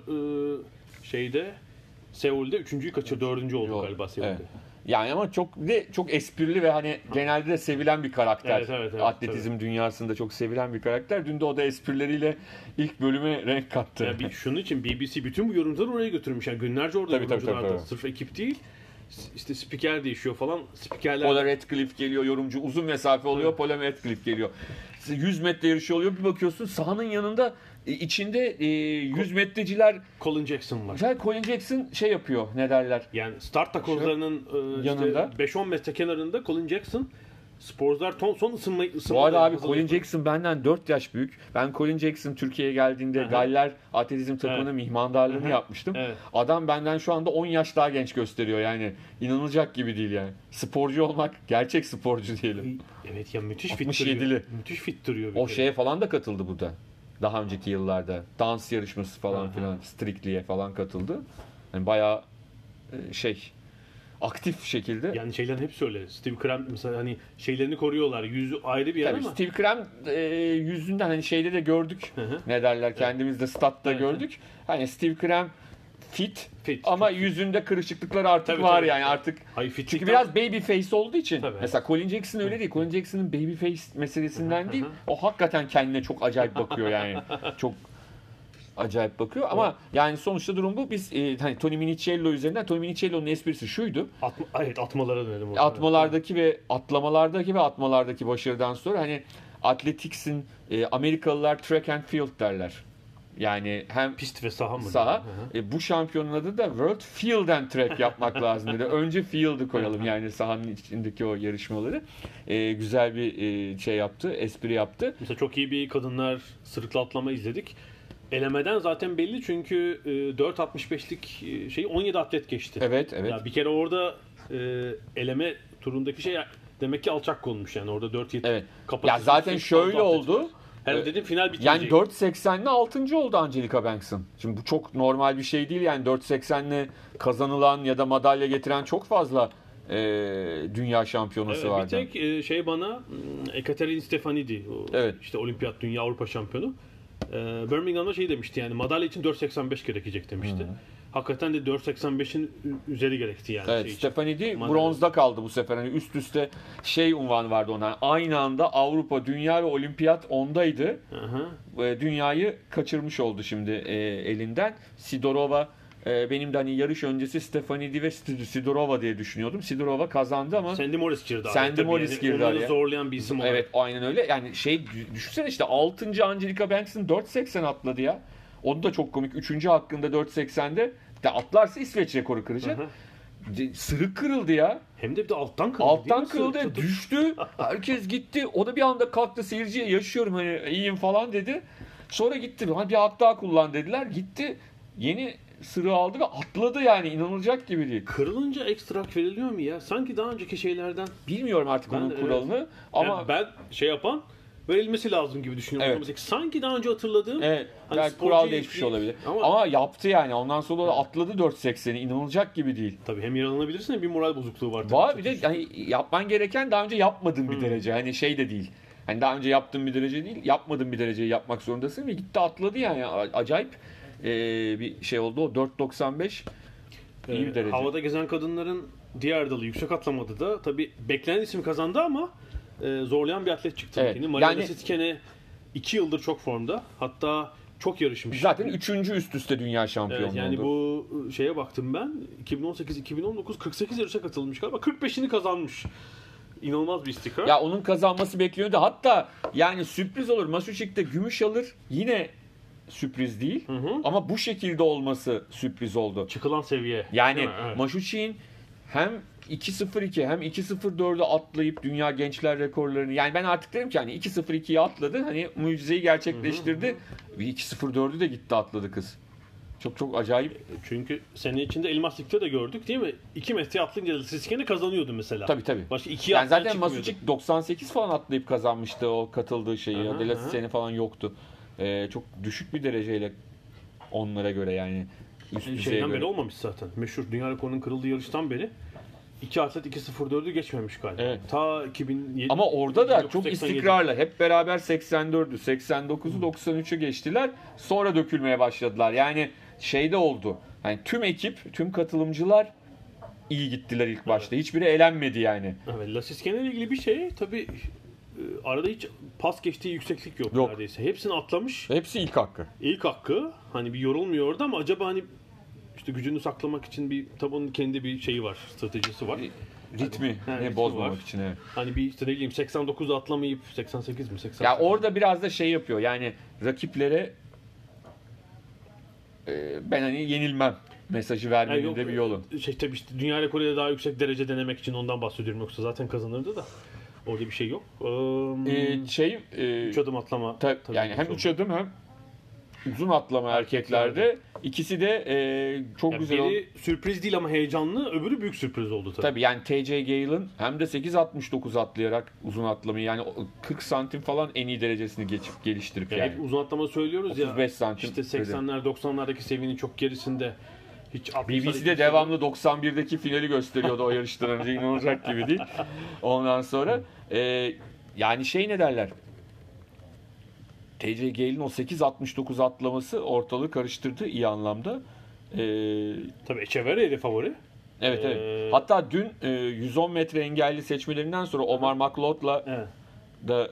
Seul'de 3.'yü kaçırdı, 4. oldu galiba Seul'de. Evet. Yani ama çok esprili ve hani genelde de sevilen bir karakter. Evet, atletizm dünyasında çok sevilen bir karakter. Dün de o da esprileriyle ilk bölüme renk kattı. Yani şunun için BBC bütün bu yorumcuları oraya götürmüş. Yani günlerce orada yorumculardı. Sırf ekip değil. İşte spiker değişiyor falan. Spikerler... Paula Radcliffe geliyor yorumcu. Uzun mesafe oluyor. Evet. Paula Radcliffe geliyor. 100 metre yarışı oluyor. Bir bakıyorsun sahanın yanında içinde 100 metreciler Colin Jackson var. Colin Jackson şey yapıyor, ne derler? Yani start takozlarının yanında 5-10 metre kenarında Colin Jackson sporcular son ısınmayı bu arada abi Colin Jackson benden 4 yaş büyük. Ben Colin Jackson Türkiye'ye geldiğinde Galler atletizm takımına mihmandarlığını yapmıştım. Evet. Adam benden şu anda 10 yaş daha genç gösteriyor yani. İnanılacak gibi değil yani. Sporcu olmak, gerçek sporcu diyelim. Evet ya, müthiş fit 67'li. Müthiş fit duruyor. O şeye falan da katıldı burada. Daha önceki yıllarda dans yarışması falan filan, Strictly'ye falan katıldı. Yani bayağı aktif şekilde. Yani şeylerin hepsi öyle. Steve Cram mesela hani şeylerini koruyorlar. Yüzü ayrı bir yer ama. Steve Cram yüzünden hani şeyde de gördük. Ne derler, kendimiz de statta gördük. Hani Steve Cram fit ama yüzünde kırışıklıklar artık var yani artık. Çünkü biraz baby face olduğu için. Mesela Colin Jackson öyle değil. Colin Jackson'ın baby face meselesinden değil. O hakikaten kendine çok acayip bakıyor yani. Çok acayip bakıyor ama yani sonuçta durum bu. Biz hani Tony Minichiello üzerinden, Tony Minichiello'nun esprisi şuydu. Atmalara dönelim. Atmalardaki ve atmalardaki başarıdan sonra hani atletiksin Amerikalılar track and field derler. Yani hem pist ve saha mı? Bu şampiyonun adı da World Field and Track yapmak lazım dedi. Önce field'ı koyalım yani sahanın içindeki o yarışmaları. Güzel bir şey yaptı, espri yaptı. Mesela çok iyi bir kadınlar sırıkla atlama izledik. Elemeden zaten belli çünkü 4.65'lik 17 atlet geçti. Evet. Ya bir kere orada eleme turundaki şey demek ki alçak konmuş yani orada 4.7. Evet. Ya zaten şöyle oldu. Herhalde dedim final bitecek. Yani 4.80'le 6. oldu Angelica Banks'ın. Şimdi bu çok normal bir şey değil yani 4.80'le kazanılan ya da madalya getiren çok fazla dünya şampiyonası vardı. Bir tek bana Ekaterina Stefanidi. İşte olimpiyat, dünya, Avrupa şampiyonu. Birmingham'da demişti yani madalya için 4.85 gerekecek demişti. Hakikaten de 4.85'in üzeri gerekti yani. Evet, Stefanidi bronzda kaldı bu sefer. Hani üst üste unvanı vardı ona. Aynı anda Avrupa, dünya ve olimpiyat ondaydı. Dünyayı kaçırmış oldu şimdi elinden. Sidorova benim de hani yarış öncesi Stefanidi ve Sidorova diye düşünüyordum. Sidorova kazandı ama Sandy Morris girdi. Onları zorlayan bir isim olarak. Evet, aynen öyle. Yani düşünsene işte 6. Angelica Banks'ın 4.80 atladı ya. O da çok komik. 3. hakkında 4.80'de atlarsa İsveç rekoru kıracak. Sırık kırıldı ya. Hem de bir de alttan kırıldı. Alttan kırıldı, düştü. Herkes gitti. O da bir anda kalktı, seyirciye yaşıyorum hani iyiyim falan dedi. Sonra gitti. Hadi bir hak daha kullan dediler. Gitti. Yeni sırrı aldı ve atladı yani. İnanılacak gibi değil. Kırılınca ekstra hak veriliyor mu ya? Sanki daha önceki şeylerden. Bilmiyorum artık onun kuralını. Evet. Ama yani ben verilmesi lazım gibi düşünüyorum. Evet. Sanki daha önce hatırladığım. Evet. Hani belki kural değişmiş olabilir. Ama yaptı yani. Ondan sonra da atladı 4.80'i. İnanılacak gibi değil. Tabii hem yaralanabilirsin hem bir moral bozukluğu var. Var bir de yani yapman gereken daha önce yapmadığın bir derece. Hani de değil. Hani daha önce yaptığın bir derece değil. Yapmadığın bir dereceyi yapmak zorundasın ve gitti atladı yani. Acayip bir şey oldu. O 4.95 iyi bir derece. Havada gezen kadınların diğer dalı yüksek atlamada da tabii beklenen isim kazandı ama zorlayan bir atlet çıktı. Evet. Mariana Sitkene 2 yıldır çok formda. Hatta çok yarışmış. Zaten 3. üst üste dünya şampiyonluğu Evet, yani oldu. bu şeye baktım ben. 2018-2019 48 yarışa katılmış galiba. 45'ini kazanmış. İnanılmaz bir istikrar. Ya onun kazanması bekleniyordu. Hatta yani sürpriz olur. Masucci de gümüş alır. Yine sürpriz değil. Ama bu şekilde olması sürpriz oldu. Çıkılan seviye. Yani Evet. Masucci'nin hem 2.02 hem 2.04'ü atlayıp dünya gençler rekorlarını, yani ben artık derim ki hani 2.02'yi atladı, hani mucizeyi gerçekleştirdi. Ve 2.04'ü de gitti atladı kız. Çok çok acayip. Çünkü sene içinde Elmas Lig'de de gördük değil mi? 2 metre atlayınca Siskene kazanıyordu mesela. Tabii. Başka 2 Yani zaten Masucci 98 falan atlayıp kazanmıştı o katıldığı şeyi. Aha, Della aha. Siskene falan yoktu. Çok düşük bir dereceyle onlara göre, yani üst düzeye Şeyden göre. beri olmamış zaten. Meşhur dünya rekorunun kırıldığı yarıştan beri 2 atlet 2.04'ü geçmemiş galiba. Evet. Ta 2007. Ama orada da çok 1987. istikrarlı. Hep beraber 84'ü, 89'u, 93'ü geçtiler. Sonra dökülmeye başladılar. Yani şey de oldu. Yani tüm ekip, tüm katılımcılar iyi gittiler ilk başta. Hiçbiri elenmedi yani. Evet, La Siskene ile ilgili bir şey tabii arada hiç pas geçtiği yükseklik yok, Yok. neredeyse. Hepsini atlamış. Hepsi ilk hakkı. İlk hakkı hani bir yorulmuyor orada ama acaba hani işte gücünü saklamak için tabii onun kendi bir şeyi var, stratejisi var. Ritmi ritmi bozmamak var. için. Evet. Hani bir işte ne bileyim 89'da atlamayıp 88 mi 88. Ya orada biraz da şey yapıyor. Yani rakiplere ben hani yenilmem mesajı vermenin de bir yolu. Tabii işte dünya rekoruyla daha yüksek derece denemek için ondan bahsediyorum, yoksa zaten kazanırdı da. Orada bir şey yok. 3 adım atlama. Tabii, tabii yani hem oldu. 3 adım hem uzun atlama erkeklerde. İkisi de çok Yani güzel oldu. biri sürpriz değil ama heyecanlı, öbürü büyük sürpriz oldu tabii. Tabii yani TJ Gale'ın hem de 8.69 atlayarak uzun atlamayı, yani 40 santim falan en iyi derecesini geliştirip Yani yani. hep uzun atlama söylüyoruz ya. 35 santim. İşte 80'ler 90'lardaki seviyenin çok gerisinde. Hiç BBC'de devamlı 91'deki finali gösteriyordu o yarıştan önce, inanılacak gibi değil. Ondan sonra yani şey ne derler? TJ Gale'in o 8.69 atlaması ortalığı karıştırdı iyi anlamda. Tabii Echeverry'di favori. Evet. Hatta dün 110 metre engelli seçmelerinden sonra Omar McLeod'la Evet. da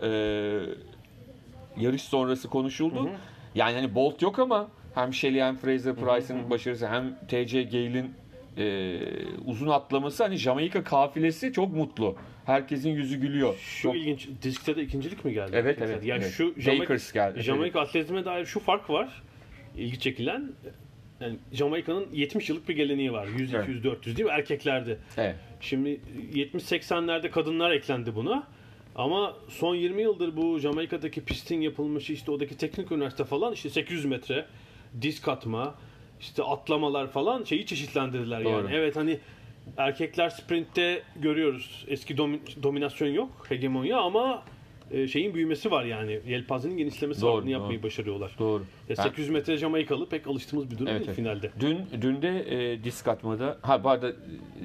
yarış sonrası konuşuldu. Yani hani Bolt yok ama hem Shelley hem Fraser Price'ın başarısı, hem TJ Gale'in uzun atlaması, hani Jamaika kafilesi çok mutlu. Herkesin yüzü gülüyor. Şu Çok... ilginç, diskte de ikincilik mi geldi? Evet. Yani evet. şu Bakers geldi. Jamaika atletizme dair şu fark var. İlgi çekilen. Yani Jamaika'nın 70 yıllık bir geleneği var. 100, 200, 400 değil mi? Erkeklerde. Evet. Şimdi 70-80'lerde kadınlar eklendi buna. Ama son 20 yıldır bu Jamaika'daki pistin yapılmışı, işte oradaki teknik üniversite falan, işte 800 metre disk atma, işte atlamalar falan şeyi çeşitlendirdiler. Doğru. Yani. Evet, hani erkekler sprintte görüyoruz. Eski dominasyon yok, hegemonya, ama şeyin büyümesi var yani. Yelpazenin genişlemesi var. Bunu yapmayı başarıyorlar. Doğru. 800 metre Jamaikalı pek alıştığımız bir durum değil finalde. Dün de disk atmada bu arada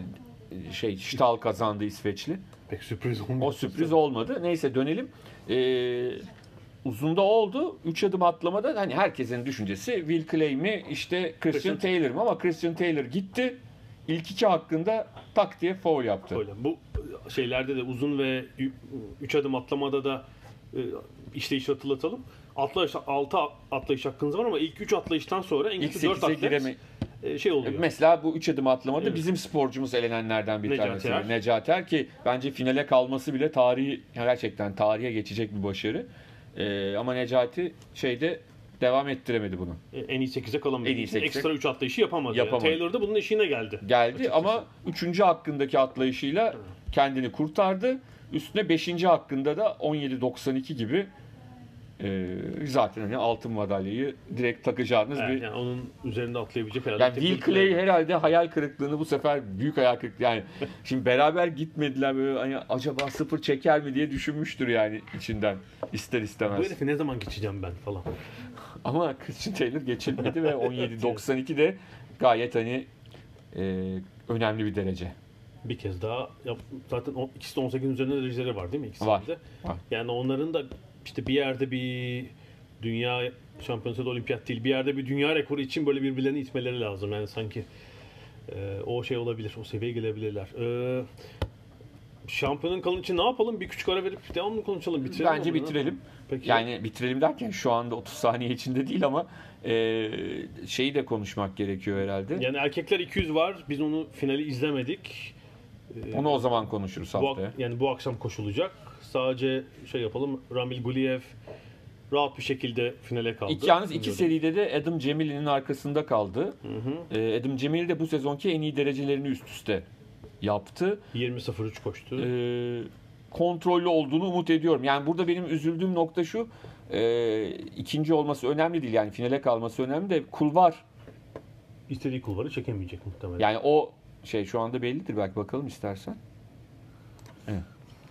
Stahl kazandı, İsveçli. Pek sürpriz olmadı. O sürpriz olmadı. Neyse dönelim. Uzunda oldu. 3 adım atlamada hani herkesin düşüncesi Will Clay mi işte Christian Taylor mı, ama Christian Taylor gitti. İlk 2 hakkında tak diye foul yaptı. Öyle. Bu şeylerde de uzun ve 3 adım atlamada da işleyişi hatırlatalım. 6 atlayış hakkınız var ama ilk 3 atlayıştan sonra en kötü 4 atlet şey oluyor. Mesela bu 3 adım atlamada bizim sporcumuz elenenlerden bir tanesi. Necati Er, ki bence finale kalması bile gerçekten tarihe geçecek bir başarı. Ama Necati devam ettiremedi bunu. En iyi 8'e kalamadı. Ekstra 3 atlayışı yapamadı. Yapamadı. Taylor da bunun eşiğine geldi. Ama 3. hakkındaki atlayışıyla kendini kurtardı. Üstüne 5. hakkında da 17.92 gibi zaten hani altın madalyayı direkt takacağınız bir... Yani onun üzerinde atlayabilecek herhalde. Yani Will Clay herhalde hayal kırıklığını bu sefer, büyük hayal kırıklığı. Yani şimdi beraber gitmediler, böyle hani acaba 0 çeker mi diye düşünmüştür yani içinden, ister istemez. Bu herifi ne zaman geçeceğim ben falan. Ama Christian Taylor geçilmedi ve 17.92 de gayet hani önemli bir derece. Bir kez daha zaten ikisi de 18'in üzerinde dereceleri var değil mi? Var. Yani onların da işte bir yerde bir dünya şampiyonası da olimpiyat değil, bir yerde bir dünya rekoru için böyle birbirlerini itmeleri lazım. Yani sanki o şey olabilir, o seviyeye gelebilirler. şampiyonun kalan için ne yapalım? Bir küçük ara verip devamlı konuşalım. Bitirelim. Bence bitirelim. Peki. Yani bitirelim derken şu anda 30 saniye içinde değil ama şeyi de konuşmak gerekiyor herhalde. Yani erkekler 200 var. Biz onu finali izlemedik. Onu o zaman konuşuruz haftaya. Yani bu akşam koşulacak. Sadece şey yapalım. Ramil Guliev rahat bir şekilde finale kaldı. Yalnız iki seride de Adam Cemil'in arkasında kaldı. Adam Cemil de bu sezonki en iyi derecelerini üst üste yaptı. 20.03 koştu. Kontrollü olduğunu umut ediyorum. Yani burada benim üzüldüğüm nokta şu. İkinci olması önemli değil. Yani finale kalması önemli de kulvar. İstediği kulvarı çekemeyecek muhtemelen. Yani o şey şu anda bellidir. Belki bakalım istersen. Evet.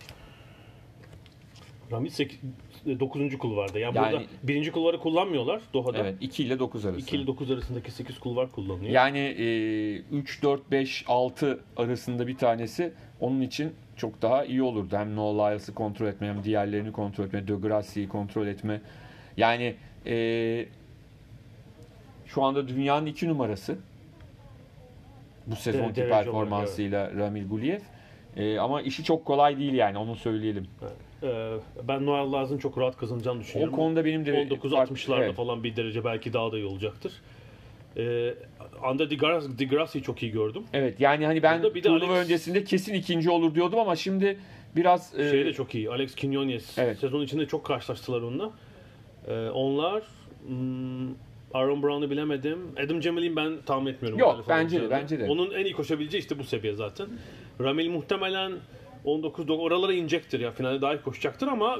Ramil 9. kulvarda. Yani burada birinci kulvarı kullanmıyorlar Doha'da. Evet, 2 ile 9 arası. 2 ile 9 arasındaki 8 kulvar kullanılıyor. Yani 3, 4, 5, 6 arasında bir tanesi onun için çok daha iyi olurdu. Hem Noah Lyles'ı kontrol etme, hem diğerlerini kontrol etme, De Grassi'yi kontrol etme. Yani şu anda dünyanın 2 numarası. Bu sezonki performansıyla Ramil Guliev. Ama işi çok kolay değil yani, onu söyleyelim. Ben Noah Lyles'ın çok rahat kazanacağını düşünüyorum. O konuda benim de 19-60'larda falan bir derece belki daha da iyi olacaktır. Anda De Grassi'yi çok iyi gördüm. Evet, yani hani ben turnuva öncesinde kesin ikinci olur diyordum ama şimdi biraz şey de çok iyi. Alex Quinones. Evet. Sezon içinde çok karşılaştılar onunla. Onlar Aaron Brown'u bilemedim. Adam Cemil'in ben tahmin etmiyorum. Yok, bence de. Onun en iyi koşabileceği işte bu seviye zaten. Ramil muhtemelen 19 oralara inecektir ya. Finale daha iyi koşacaktır ama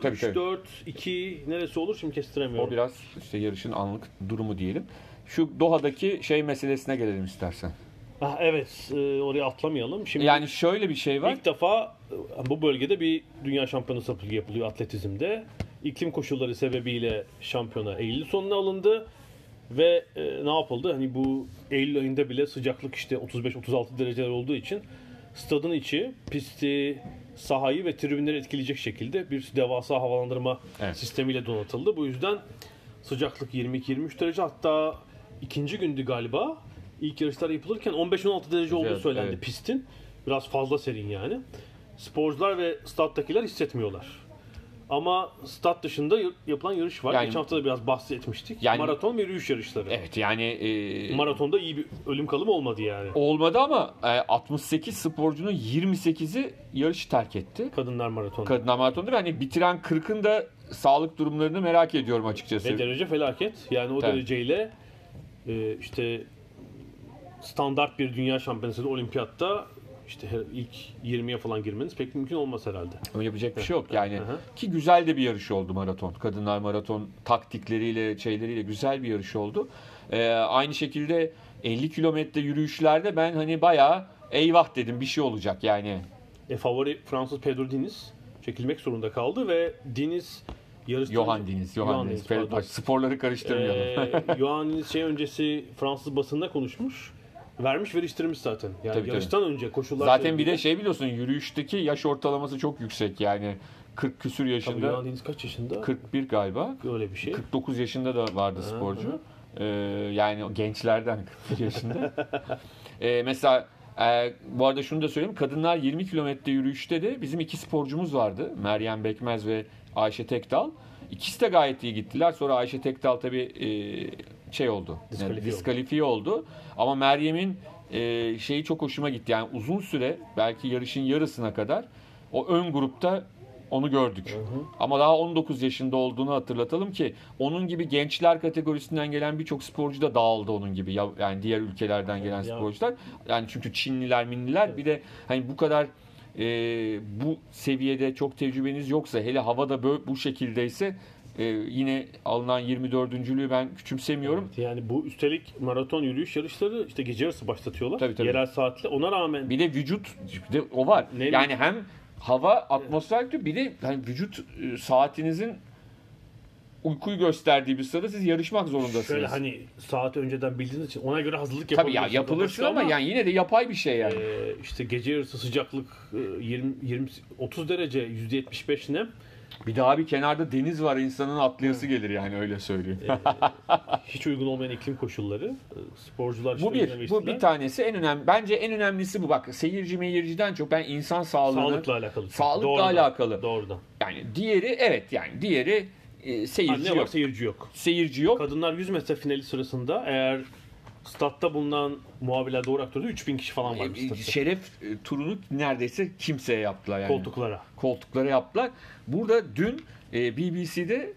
3-4-2 neresi olur şimdi kestiremiyorum. O biraz işte yarışın anlık durumu diyelim. Şu Doha'daki şey meselesine gelelim istersen. Evet, oraya atlamayalım. Şimdi yani şöyle bir şey var. İlk defa bu bölgede bir dünya şampiyonası yapılıyor atletizmde. İklim koşulları sebebiyle şampiyona Eylül sonuna alındı. Ve ne yapıldı? Hani bu Eylül ayında bile sıcaklık işte 35-36 dereceler olduğu için stadın içi, pisti, sahayı ve tribünleri etkileyecek şekilde bir devasa havalandırma sistemiyle donatıldı. Bu yüzden sıcaklık 22-23 derece, hatta ikinci gündü galiba. İlk yarışlar yapılırken 15-16 derece olduğu söylendi pistin. Biraz fazla serin yani. Sporcular ve stadtakiler hissetmiyorlar. Ama stat dışında yapılan yarış var. Geçen hafta da biraz bahsetmiştik. Maraton ve yürüyüş yarışları. Evet yani maratonda iyi bir ölüm kalım olmadı yani. Olmadı ama 68 sporcunun 28'i yarışı terk etti. Kadınlar maratonda. Kadınlar maratonda ve hani bitiren 40'ın da sağlık durumlarını merak ediyorum açıkçası. Ve derece felaket. Yani o dereceyle işte standart bir dünya şampiyonası olimpiyatta işte ilk 20'ye falan girmeniz pek mümkün olmaz herhalde. Öyle yapacak bir şey yok yani. Ki güzel de bir yarış oldu maraton. Kadınlar maraton taktikleriyle, şeyleriyle güzel bir yarış oldu. Aynı şekilde 50 kilometre yürüyüşlerde ben hani bayağı eyvah dedim, bir şey olacak yani. Favori Fransız Pedro Diniz çekilmek zorunda kaldı ve Diniz yarıştan... Johan Diniz. Sporları karıştırmayalım. Johan Diniz öncesi Fransız basında konuşmuş. Vermiş veriştirmiş zaten. Yani yarıştan önce koşullar... Zaten bir de biliyorsun, yürüyüşteki yaş ortalaması çok yüksek yani. 40 küsür yaşında. Johan Diniz kaç yaşında? 41 galiba. Öyle bir şey. 49 yaşında da vardı sporcu. Yani gençlerden 41 yaşında. Mesela bu arada şunu da söyleyeyim. Kadınlar 20 kilometre yürüyüşte de bizim 2 sporcumuz vardı. Meryem Bekmez ve Ayşe Tekdal. İkisi de gayet iyi gittiler. Sonra Ayşe Tekdal tabii oldu. Diskalifiye oldu. Ama Meryem'in şeyi çok hoşuma gitti. Yani uzun süre, belki yarışın yarısına kadar o ön grupta onu gördük. Ama daha 19 yaşında olduğunu hatırlatalım ki onun gibi gençler kategorisinden gelen birçok sporcu da dağıldı onun gibi. Yani diğer ülkelerden gelen sporcular. Yani çünkü Çinliler, Minliler bir de hani bu kadar bu seviyede çok tecrübeniz yoksa, hele havada bu şekildeyse yine alınan 24'üncülüğü ben küçümsemiyorum. Evet, yani bu üstelik maraton yürüyüş yarışları işte gece yarısı başlatıyorlar. Tabii. Yerel saatle. Ona rağmen bir de vücut, bir de o var. Yani hem hava, atmosfer, bir de hani vücut saatinizin uykuyu gösterdiği bir sırada siz yarışmak zorundasınız. Şöyle hani saat önceden bildiğiniz için ona göre hazırlık yapabilirsiniz. Tabii ya, yapılırsın ama yani yine de yapay bir şey yani. İşte gece yarısı sıcaklık 20-30 derece, %75 nem. Bir daha bir kenarda deniz var, insanın atlayası gelir yani, öyle söyleyeyim. Hiç uygun olmayan iklim koşulları. Sporcular işte Bu bir tanesi, en önemli. Bence en önemlisi bu. Bak, seyirciden çok ben insan sağlıkla alakalı. Alakalı. Doğrudan. Yani diğeri seyirci yok. Seyirci yok. Seyirci yok. Kadınlar 100 metre finali sırasında eğer statta bulunan muhabirler doğru aktardı, 3000 kişi falan var. Şeref turunu neredeyse kimseye yaptılar yani. Koltuklara yaptılar. Burada dün BBC'de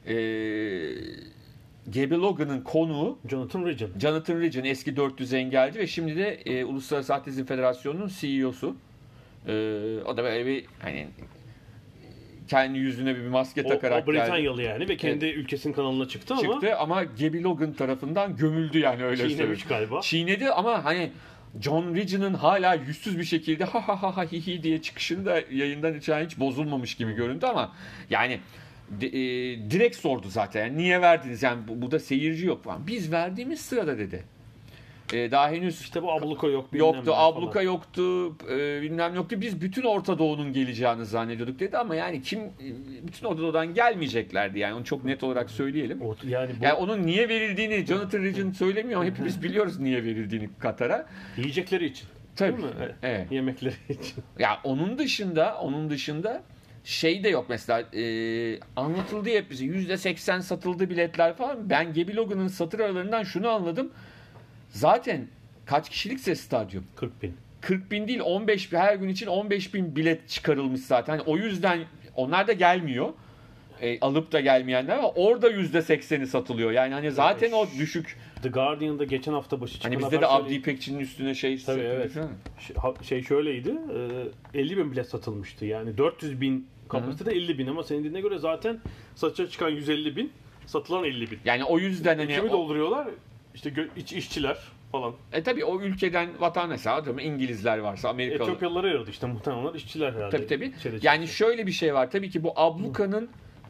Gabby Logan'ın konuğu Jonathan Ridgen, eski 400 engelci ve şimdi de Uluslararası Atletizm Federasyonu'nun CEO'su. O da böyle bir hani kendi yüzüne bir maske takarak geldi. O Britanyalı yani ve kendi ülkesinin kanalına çıktı ama Gabby Logan tarafından gömüldü yani, öyle söyleyeyim. Çiğnemiş galiba. Çiğnedi ama hani John Ridgen'ın hala yüzsüz bir şekilde ha hi diye çıkışını da yayından hiç bozulmamış gibi göründü ama yani direkt sordu zaten. Yani niye verdiniz? Yani burada seyirci yok falan. Biz verdiğimiz sırada dedi. Daha henüz işte bu abluka yoktu. Abluka yoktu. Bilmem yoktu. Biz bütün Orta Doğu'nun geleceğini zannediyorduk dedi ama yani bütün Orta Doğu'dan gelmeyeceklerdi yani. Onu çok net olarak söyleyelim. Yani onun niye verildiğini Jonathan Ridgen söylemiyor. Hepimiz biliyoruz niye verildiğini Katar'a. Yiyecekleri için. Tabii. Değil mi? Evet. Yemekleri için. Ya onun dışında şey de yok mesela, anlatıldı hep bize %80 satıldı biletler falan. Ben Gabby Logan'ın satır aralarından şunu anladım. Zaten kaç kişilikse stadyum? 40.000. 40.000 değil, 15.000, her gün için 15.000 bilet çıkarılmış zaten. Hani o yüzden onlar da gelmiyor. Alıp da gelmeyenler var. Orada %80'i satılıyor. Yani hani zaten o düşük. The Guardian'da geçen hafta başı çıkan hani bizde de Abdi İpekçi'nin üstüne tabii evet. Şey şöyleydi. 50.000 bilet satılmıştı. Yani 400.000 kapasitede 50.000 ama senin dediğine göre zaten satışa çıkan 150.000, satılan 50.000. Yani o yüzden hani kimi dolduruyorlar? İşte işçiler falan. Tabii o ülkeden vatandaş, adamı İngilizler varsa, Amerikalı. Etiyopyalılara yaradı işte, muhtemelen onlar işçiler herhalde. Tabii. Yani şöyle bir şey var. Tabii ki bu ablukanın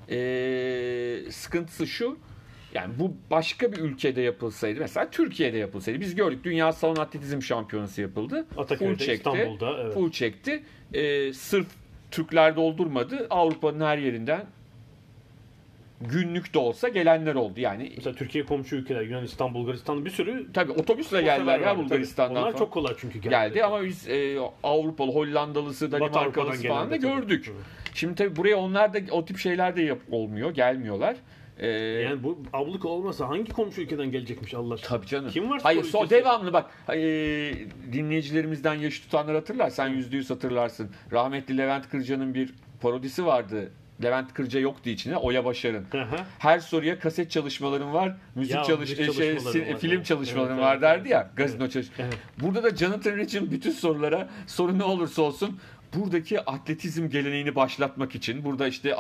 sıkıntısı şu. Yani bu başka bir ülkede yapılsaydı, mesela Türkiye'de yapılsaydı, biz gördük, Dünya Salon Atletizm Şampiyonası yapıldı. Ataköy'de, İstanbul'da. Evet. Full çekti. Sırf Türkler doldurmadı. Avrupa'nın her yerinden günlük de olsa gelenler oldu. Yani mesela Türkiye komşu ülkeler, Yunanistan, Bulgaristan, bir sürü tabii otobüsle geldiler ya Bulgaristan'dan. Onlar falan. çok kolay çünkü geldi ama biz Avrupalı, Hollandalısı, Danimarkalısı falan da gördük. Şimdi tabii buraya onlar da o tip şeyler de olmuyor, gelmiyorlar. Yani bu abluka olmasa hangi komşu ülkeden gelecekmiş Allah aşkına? Tabii canım. Kim var? Hayır, devamlı bak. Dinleyicilerimizden yaş tutanlar hatırlar. Sen %100 hatırlarsın. Rahmetli Levent Kırca'nın bir parodisi vardı. Levent Kırca yoktu içine. Oya Başar'ın. Her soruya kaset çalışmalarım var, film çalışmalarım var derdi ya. Gazino çalışmaları. Evet. Burada da Jonathan Ridgen bütün sorulara, soru ne olursa olsun, buradaki atletizm geleneğini başlatmak için, burada işte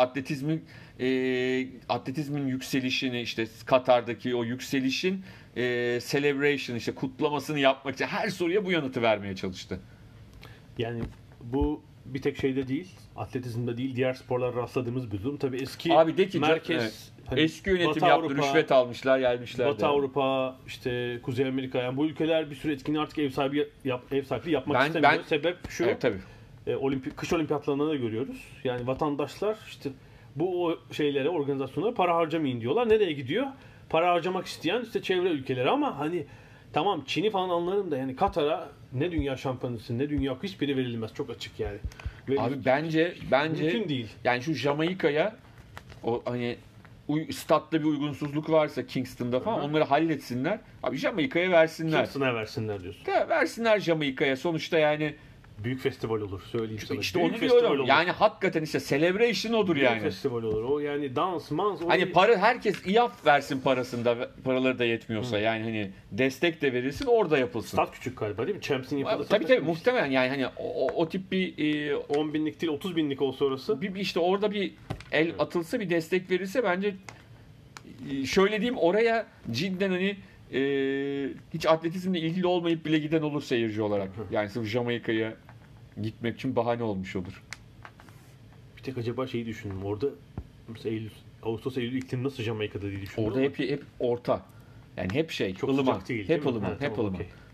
atletizmin yükselişini, işte Katar'daki o yükselişin celebration, işte kutlamasını yapmak için her soruya bu yanıtı vermeye çalıştı. Yani bu bir tek şeyde değil, atletizmde değil, diğer sporlarda rastladığımız bir durum. Tabii eski merkez, evet. Hani eski yönetim yaptı, rüşvet almışlar, gelmişler. Batı Avrupa, işte Kuzey Amerika, yani bu ülkeler bir süre etkinliği artık ev sahipliği yapmak istemiyor. Sebep şu. Evet, tabii. Kış olimpiyatlarında da görüyoruz. Yani vatandaşlar işte bu şeylere, organizasyonlara para harcamayın diyorlar. Nereye gidiyor? Para harcamak isteyen işte çevre ülkeleri, ama hani tamam Çin'i falan anlarım da yani Katar'a ne dünya şampiyonası ne dünya hiçbiri verilmez. Çok açık yani. Abi bence mümkün değil. Yani şu Jamaika'ya o hani statta bir uygunsuzluk varsa Kingston'da falan, onları halletsinler. Abi Jamaika'ya versinler. Kingston'a versinler diyorsun. Da versinler Jamaika'ya. Sonuçta yani büyük festival olur, söyleyeyim sana. İşte onu diyorum. Yani hakikaten işte celebration odur yani. Büyük festival olur. O yani dans, hani para, herkes İAF versin parasında, paraları da yetmiyorsa yani hani destek de verilsin, orada yapılsın. Stat küçük galiba değil mi? Champs'in yapılırsa. Tabii muhtemelen yani hani o tip bir 10 binlik değil 30 binlik olsa orası. İşte orada bir el atılsa, bir destek verilse, bence şöyle diyeyim, oraya cidden hani hiç atletizmle ilgili olmayıp bile giden olur seyirci olarak. Yani sırf Jamaika'ya gitmek için bahane olmuş olur. Bir tek acaba şeyi düşündüm. Orada mesela Ağustos-Eylül iklim nasıl Jamaika'da diye düşündüm. Orada hep orta. Yani hep çok ılıman. Sıcak değil, hep ılıman. Tamam, Hep ılıman. Okay.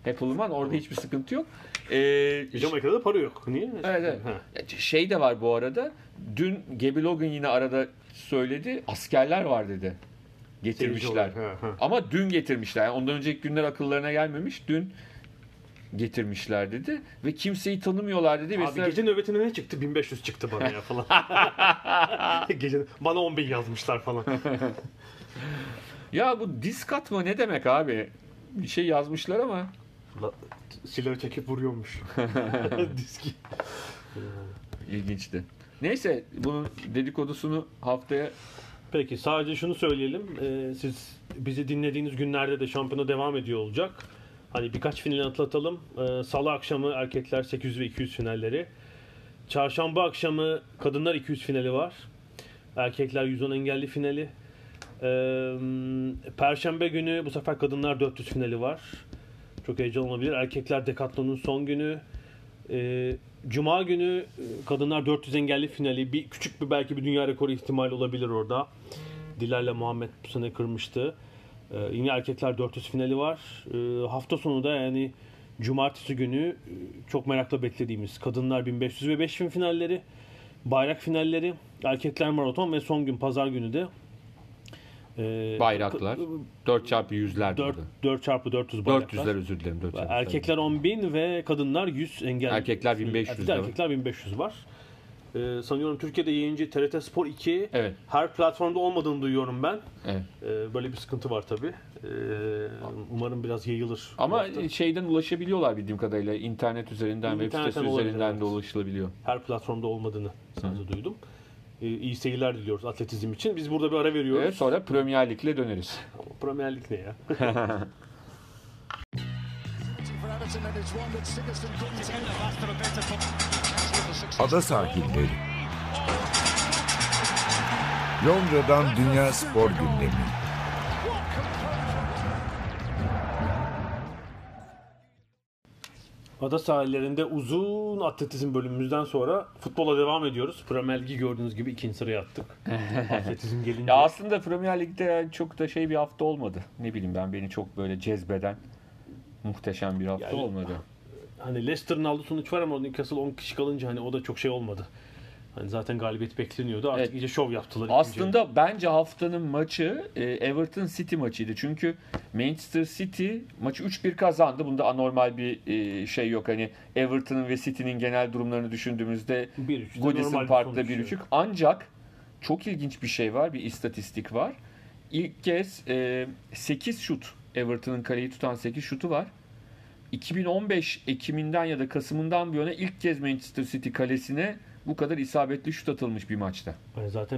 Appleman. Orada hiçbir sıkıntı yok. Jamaika'da da para yok. Niye? Evet. Şey de var bu arada. Dün Gabby Logan yine arada söyledi. Askerler var dedi. Getirmişler. Ama dün getirmişler. Yani ondan önceki günler akıllarına gelmemiş. Dün getirmişler dedi. Ve kimseyi tanımıyorlar dedi. Abi mesela... gece nöbetine ne çıktı? 1500 çıktı bana ya falan. Gece bana 10.000 yazmışlar falan. Ya bu disk atma ne demek abi? Bir şey yazmışlar ama. Silahı çekip vuruyormuş. Diski. İlginçti. Neyse bunun dedikodusunu haftaya... Peki sadece şunu söyleyelim. Siz bizi dinlediğiniz günlerde de şampiyona devam ediyor olacak. Hani birkaç finali atlatalım. Salı akşamı erkekler 800 ve 200 finalleri. Çarşamba akşamı kadınlar 200 finali var. Erkekler 110 engelli finali. Perşembe günü bu sefer kadınlar 400 finali var. Çok heyecan olabilir. Erkekler Decathlon'un son günü. Cuma günü kadınlar 400 engelli finali. Küçük bir belki bir dünya rekoru ihtimali olabilir orada. Dilar'la Muhammed bu sene kırmıştı. Yine erkekler 400 finali var. Hafta sonu da yani cumartesi günü çok merakla beklediğimiz kadınlar 1500 ve 5000 finalleri, bayrak finalleri, erkekler maraton ve son gün pazar günü de bayraklar 4x100'ler 4x400 bayraklar. 400'ler özür dilerim. Erkekler 10.000 ve kadınlar 100 engelli. Erkekler 1500. Erkekler 1500 var. Sanıyorum Türkiye'de yayıncı TRT Spor 2 evet. her platformda olmadığını duyuyorum ben. Evet. Böyle bir sıkıntı var tabii. Umarım biraz yayılır. Ama şeyden ulaşabiliyorlar bildiğim kadarıyla. İnternet üzerinden, web sitesi üzerinden de ulaşılabiliyor. Her platformda olmadığını sadece duydum. İyi seyirler diliyoruz atletizm için. Biz burada bir ara veriyoruz. Evet, sonra Premier Lig'le döneriz. Ama Premier Lig ne ya? Ada sahilleri. Londra'dan Dünya Spor Gündemi. Ada sahillerinde uzun atletizm bölümümüzden sonra futbola devam ediyoruz. Premier Ligi gördüğünüz gibi ikinci sıraya attık. Atletizm gelince. Ya aslında Premier Lig'de yani çok da bir hafta olmadı. Ne bileyim ben beni çok böyle cezbeden muhteşem bir hafta yani, olmadı. Hani Leicester'ın aldığı sonuç var ama Newcastle 10 kişi kalınca hani o da çok şey olmadı. Hani zaten galibiyet bekleniyordu. Artık iyice şov yaptılar. Aslında bence haftanın maçı Everton City maçıydı. Çünkü Manchester City maçı 3-1 kazandı. Bunda anormal bir şey yok. Hani Everton'ın ve City'nin genel durumlarını düşündüğümüzde Goodison Park'ta 1-3. Ancak çok ilginç bir şey var. Bir istatistik var. İlk kez 8 şut, Everton'ın kaleyi tutan 8 şutu var. 2015 Ekim'inden ya da Kasım'ından bu yana ilk kez Manchester City kalesine bu kadar isabetli şut atılmış bir maçta. Yani zaten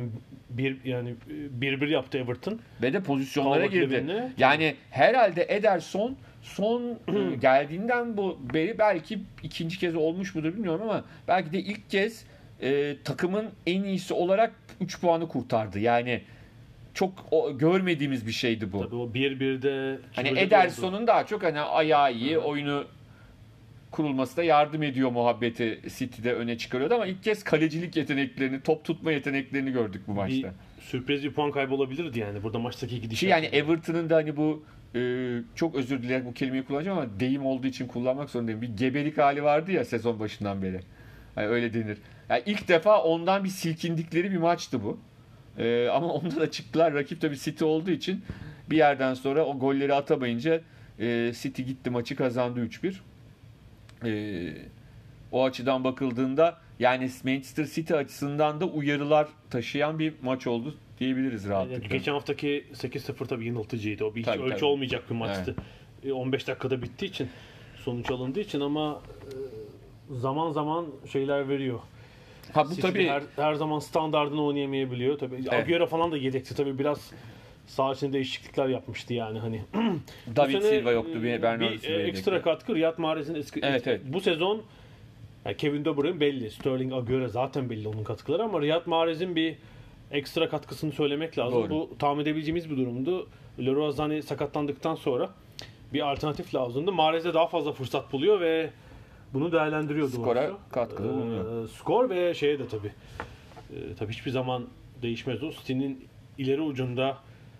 1-1 yaptı Everton. Ve de pozisyonlara girdi. Yani herhalde Ederson son geldiğinden beri belki ikinci kez olmuş mudur bilmiyorum ama belki de ilk kez takımın en iyisi olarak 3 puanı kurtardı. Yani çok görmediğimiz bir şeydi bu. Tabii o 1-1'de hani Ederson'un daha çok hani ayağı iyi, oyunu kurulması da yardım ediyor muhabbeti City'de öne çıkarıyordu ama ilk kez kalecilik yeteneklerini, top tutma yeteneklerini gördük bu maçta. Bir sürpriz bir puan kaybı olabilirdi yani burada maçtaki gidişat. Yani Everton'ın da hani bu çok özür dilerim bu kelimeyi kullanacağım ama deyim olduğu için kullanmak zorundayım. Bir gebelik hali vardı ya sezon başından beri. Yani öyle denir. Yani ilk defa ondan bir silkindikleri bir maçtı bu. Ama onda da çıktılar. Rakip tabii City olduğu için bir yerden sonra o golleri atamayınca City gitti maçı kazandı 3-1. O açıdan bakıldığında yani Manchester City açısından da uyarılar taşıyan bir maç oldu diyebiliriz rahatlıkla. Geçen haftaki 8-0 tabii yanıltıcıydı. O bir hiç ölçü olmayacak bir maçtı. Evet. 15 dakikada bittiği için, sonuç alındığı için ama zaman zaman şeyler veriyor. Ha bu tabii her zaman standardını oynayamayabiliyor tabii. Evet. Agüero falan da yedekti tabii biraz sağ içinde değişiklikler yapmıştı yani hani. David Silva yoktu, bir ekstra katkı Riyad Mahrez'in evet. Bu sezon yani Kevin De Bruyne belli, Sterling, Agüero zaten belli onun katkıları ama Riyad Mahrez'in bir ekstra katkısını söylemek lazım. Doğru. Bu tahmin edebileceğimiz bir durumdu. Leroy Sané sakatlandıktan sonra bir alternatif lazımdı. Mahrez de daha fazla fırsat buluyor ve bunu değerlendiriyordu. Skora katkıda bulunuyor. Skor ve şeye de tabii hiçbir zaman değişmez o. City'nin ileri ucunda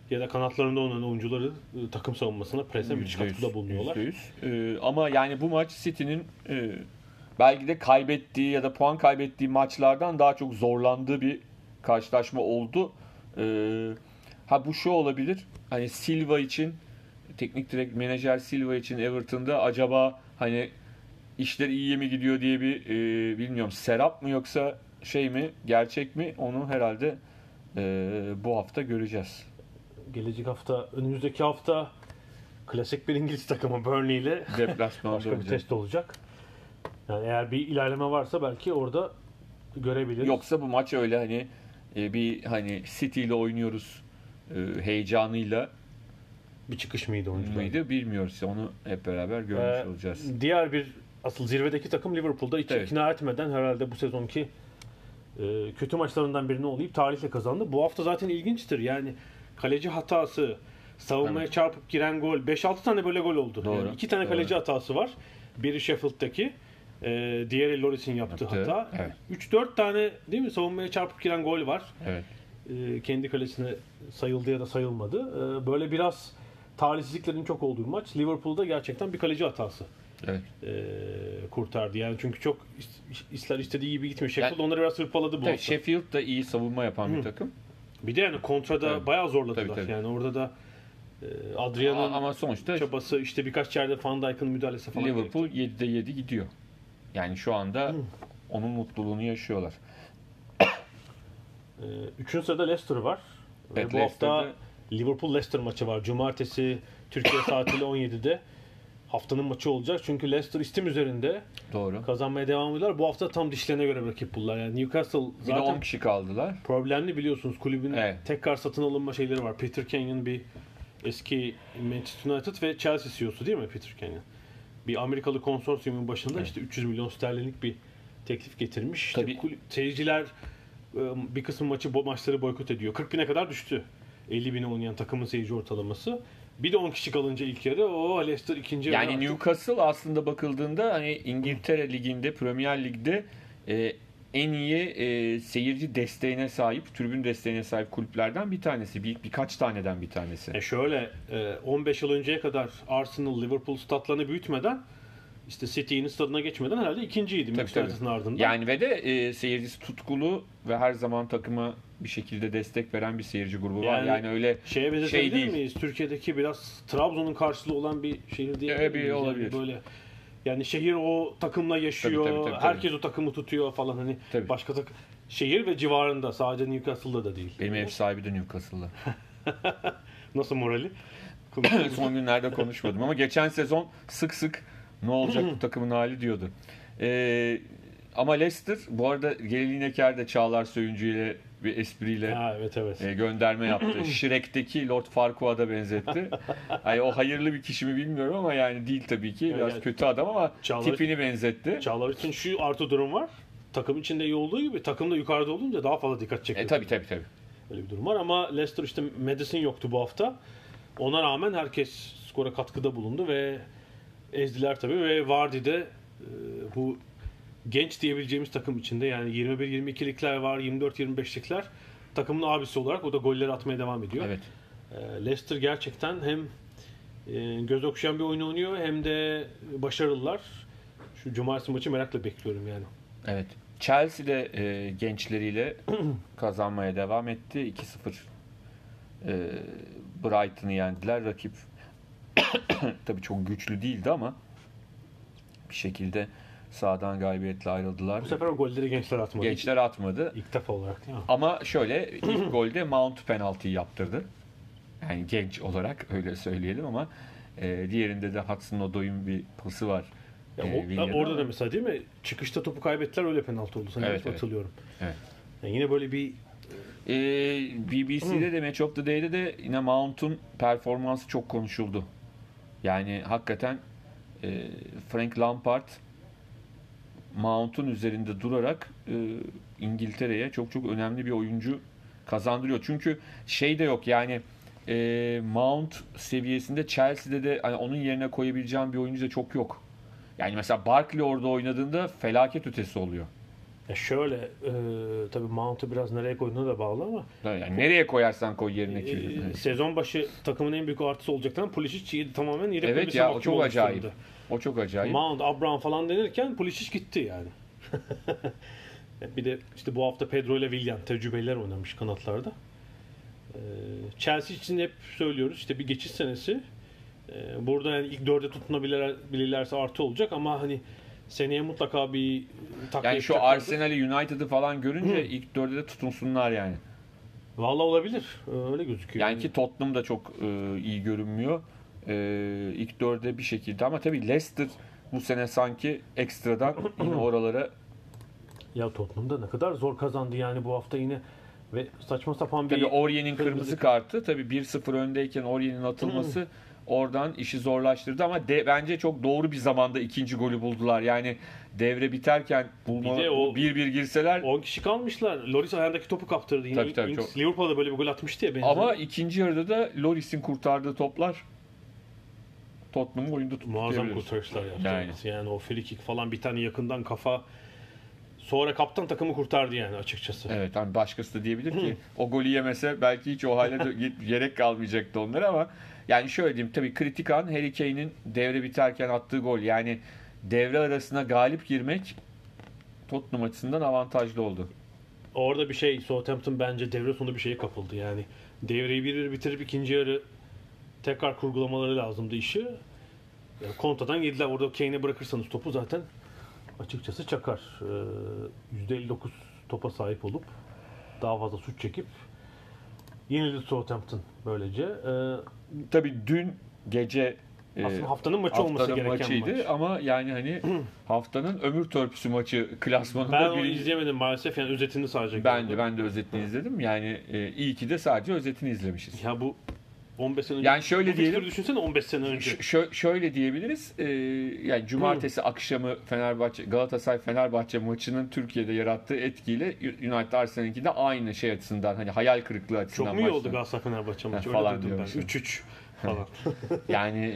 ya da kanatlarında oynayan oyuncuları takım savunmasına prese müthiş katkıda bulunuyorlar. %100. Ama yani bu maç City'nin belki de kaybettiği ya da puan kaybettiği maçlardan daha çok zorlandığı bir karşılaşma oldu. Bu şu olabilir. Hani Silva için, teknik direkt menajer Silva için Everton'da acaba hani işler iyiye mi gidiyor diye bir bilmiyorum, serap mı yoksa şey mi, gerçek mi, onu herhalde bu hafta göreceğiz. Gelecek hafta, önümüzdeki hafta klasik bir İngiliz takımı Burnley ile başka bir test olacak. Yani eğer bir ilerleme varsa belki orada görebiliriz. Yoksa bu maç öyle hani bir hani City ile oynuyoruz heyecanıyla bir çıkış mıydı oyuncular? Bilmiyoruz. Onu hep beraber görmüş olacağız. Diğer bir asıl zirvedeki takım Liverpool'da hiç ikna etmeden herhalde bu sezonki kötü maçlarından birini olayıp tarihle kazandı. Bu hafta zaten ilginçtir. Yani kaleci hatası, savunmaya çarpıp giren gol, 5-6 tane böyle gol oldu. Doğru. Yani 2 tane kaleci hatası var. Biri Sheffield'daki, diğeri Lloris'in yaptığı hata. Evet. 3-4 tane değil mi savunmaya çarpıp giren gol var. Evet. Kendi kalesine sayıldı ya da sayılmadı. Böyle biraz talihsizliklerin çok olduğu maç. Liverpool'da gerçekten bir kaleci hatası kurtardı. Yani çünkü çok istediği gibi gitmiyor. Sheffield onları biraz hırpaladı bu hafta. Sheffield da iyi savunma yapan bir takım. Bir de yani kontrada bayağı zorladılar. Tabii. Yani orada da Adrian'ın ama sonuçta çabası, işte birkaç yerde Van Dijk'ın müdahalesi falan. Liverpool 7'de 7 gidiyor. Yani şu anda onun mutluluğunu yaşıyorlar. 3. sırada Leicester var. Evet, bu hafta Liverpool-Leicester maçı var. Cumartesi Türkiye saatiyle 17'de haftanın maçı olacak. Çünkü Leicester istim üzerinde. Doğru. Kazanmaya devam ediyorlar. Bu hafta tam dişlerine göre rakip buldular. Yani Newcastle zaten bir de 10 kişi kaldılar. Problemli, biliyorsunuz. Kulübün tekrar satın alınma şeyleri var. Peter Kenyon, bir eski Manchester United ve Chelsea CEO'su değil mi Peter Kenyon? Bir Amerikalı konsorsiyumun başında işte 300 milyon sterlinlik bir teklif getirmiş. İşte seyirciler bir kısım maçları boykot ediyor. 40 bine kadar düştü. 50 bine oynayan takımın seyirci ortalaması. Bir de 10 kişi kalınca ilk yarı Leicester ikinci yarı. Yani Newcastle aslında bakıldığında hani İngiltere Ligi'nde, Premier Lig'de en iyi seyirci desteğine sahip, tribün desteğine sahip kulüplerden bir tanesi. Birkaç taneden bir tanesi. Şöyle 15 yıl önceye kadar Arsenal, Liverpool statlarını büyütmeden, işte City'nin stadına geçmeden herhalde ikinciydi Manchester'ın ardından. Yani ve de seyircisi tutkulu ve her zaman takıma bir şekilde destek veren bir seyirci grubu var. Yani öyle şey değil miyiz? Türkiye'deki biraz Trabzon'un karşılığı olan bir şehir değil mi? Olabilir. Yani böyle, yani şehir o takımla yaşıyor. Tabii. Herkes o takımı tutuyor falan, hani başka şehir ve civarında, sadece Newcastle'da da değil. Benim ev sahibi de Newcastle'lı. Nasıl morali? Son günlerde konuşmadım ama geçen sezon sık sık ne olacak bu takımın hali diyordu. Ama Leicester bu arada Gelin Eker de Çağlar Söyüncü ile bir espriyle gönderme yaptı. Shrek'teki Lord Farquaad'a benzetti. Yani o hayırlı bir kişi mi bilmiyorum ama yani değil tabii ki. Biraz kötü adam ama tipini benzetti. Çağlar için şu artı durum var. Takım içinde iyi olduğu gibi takımda yukarıda olunca daha fazla dikkat çekiyor. Tabii. Öyle bir durum var ama Leicester, işte Maddison yoktu bu hafta. Ona rağmen herkes skora katkıda bulundu ve ezdiler tabii ve Vardy de bu genç diyebileceğimiz takım içinde, yani 21-22'likler var, 24-25'likler, takımın abisi olarak o da golleri atmaya devam ediyor. Evet. Leicester gerçekten hem göz okşayan bir oyun oynuyor hem de başarılılar. Şu cumartesi maçı merakla bekliyorum yani. Evet. Chelsea de gençleriyle kazanmaya devam etti. 2-0 Brighton'ı yendiler. Rakip tabii çok güçlü değildi ama bir şekilde sahadan galibiyetle ayrıldılar. Bu sefer o golleri gençler atmadı. Gençler atmadı. İlk defa olarak değil mi? Ama şöyle, ilk golde Mount penaltıyı yaptırdı. Yani genç olarak öyle söyleyelim ama diğerinde de Hudson-Odoi'nin bir pası var. Orada da mesela değil mi? Çıkışta topu kaybettiler, öyle penaltı oldu. Sanırım hatırlıyorum. Evet. Yani yine böyle bir BBC'de de Match of the Day'de de yine Mount'un performansı çok konuşuldu. Yani hakikaten Frank Lampard Mount'un üzerinde durarak İngiltere'ye çok önemli bir oyuncu kazandırıyor. Çünkü şey de yok yani Mount seviyesinde Chelsea'de de hani onun yerine koyabileceğim bir oyuncu da çok yok. Yani mesela Barkley orada oynadığında felaket ötesi oluyor. Ya şöyle tabii Mount'u biraz nereye koyduğuna da bağlı ama Yani nereye koyarsan koy yerine kimi. sezon başı takımın en büyük artısı olacaktan Pulisic tamamen yedek Evet kulübesine ya, o mahkum çok olmuş acayip. durumda. O çok acayip. Mount, Abraham falan denirken Pulisic gitti yani. Bir de işte bu hafta Pedro ile Willian tecrübeliler oynamış kanatlarda. Chelsea için hep söylüyoruz işte bir geçiş senesi. Burada yani ilk dörde tutunabilirlerse artı olacak ama hani seneye mutlaka bir takviye Yani şu yapacaklardır. Arsenal'i, United'ı falan görünce ilk dörde de tutunsunlar yani. Vallahi olabilir. Öyle gözüküyor. Yani ki Tottenham da çok iyi görünmüyor. İlk dörde bir şekilde ama tabii Leicester bu sene sanki ekstradan yine oralara. Ya Tottenham'da ne kadar zor kazandı yani bu hafta yine ve saçma sapan bir Tabii Aurier'in kırmızı kartı, tabii 1-0 öndeyken Aurier'in atılması oradan işi zorlaştırdı ama bence çok doğru bir zamanda ikinci golü buldular. Yani devre biterken Bir de o 1-1 girseler 10 kişi kalmışlar. Loris ayağındaki topu kaptırdı. Yine Tabii, çok. Liverpool'da böyle bir gol atmıştı ya. Benzer. ama ikinci yarıda da Loris'in kurtardığı toplar Tottenham'ı oyunda tuttu Muazzam diyebiliriz. kurtarışlar yaptı. Yani. Yani o free kick falan bir tane yakından kafa. Sonra kaptan takımı kurtardı yani açıkçası. Evet, hani başkası da diyebilir ki o golü yemese belki hiç o hale gerek kalmayacaktı onlara ama yani şöyle diyeyim, tabii kritik an Harry Kane'in devre biterken attığı gol. Yani devre arasına galip girmek Tottenham açısından avantajlı oldu. Orada bir şey Southampton bence devre sonu bir şeye kapıldı. Yani devreyi bir bitirip ikinci yarı tekrar kurgulamaları lazımdı işi. Yani kontradan yediler. Orada Kane'e bırakırsanız topu zaten açıkçası çakar. %59 topa sahip olup daha fazla şut çekip yenildi Southampton böylece. Tabii dün gece Aslında haftanın maçı olması haftanın gereken maçıydı maç. ama yani hani haftanın ömür törpüsü maçı klasmanında Ben onu birinci. izleyemedim maalesef. Yani özetini sadece gördüm. Ben de özetini izledim. Yani iyi ki de sadece özetini izlemişiz. Ya bu 15 sene önce. Yani şöyle bu diyelim. fikri düşünsene 15 sene önce. Şöyle diyebiliriz. Yani cumartesi akşamı Galatasaray Fenerbahçe maçının Türkiye'de yarattığı etkiyle United Arsenal'inki de aynı şey açısından, hani hayal kırıklığı açısından. Çok mu iyi oldu Galatasaray Fenerbahçe maçı? Öyle falan duydum ben. diyormuşum. 3-3 falan. Yani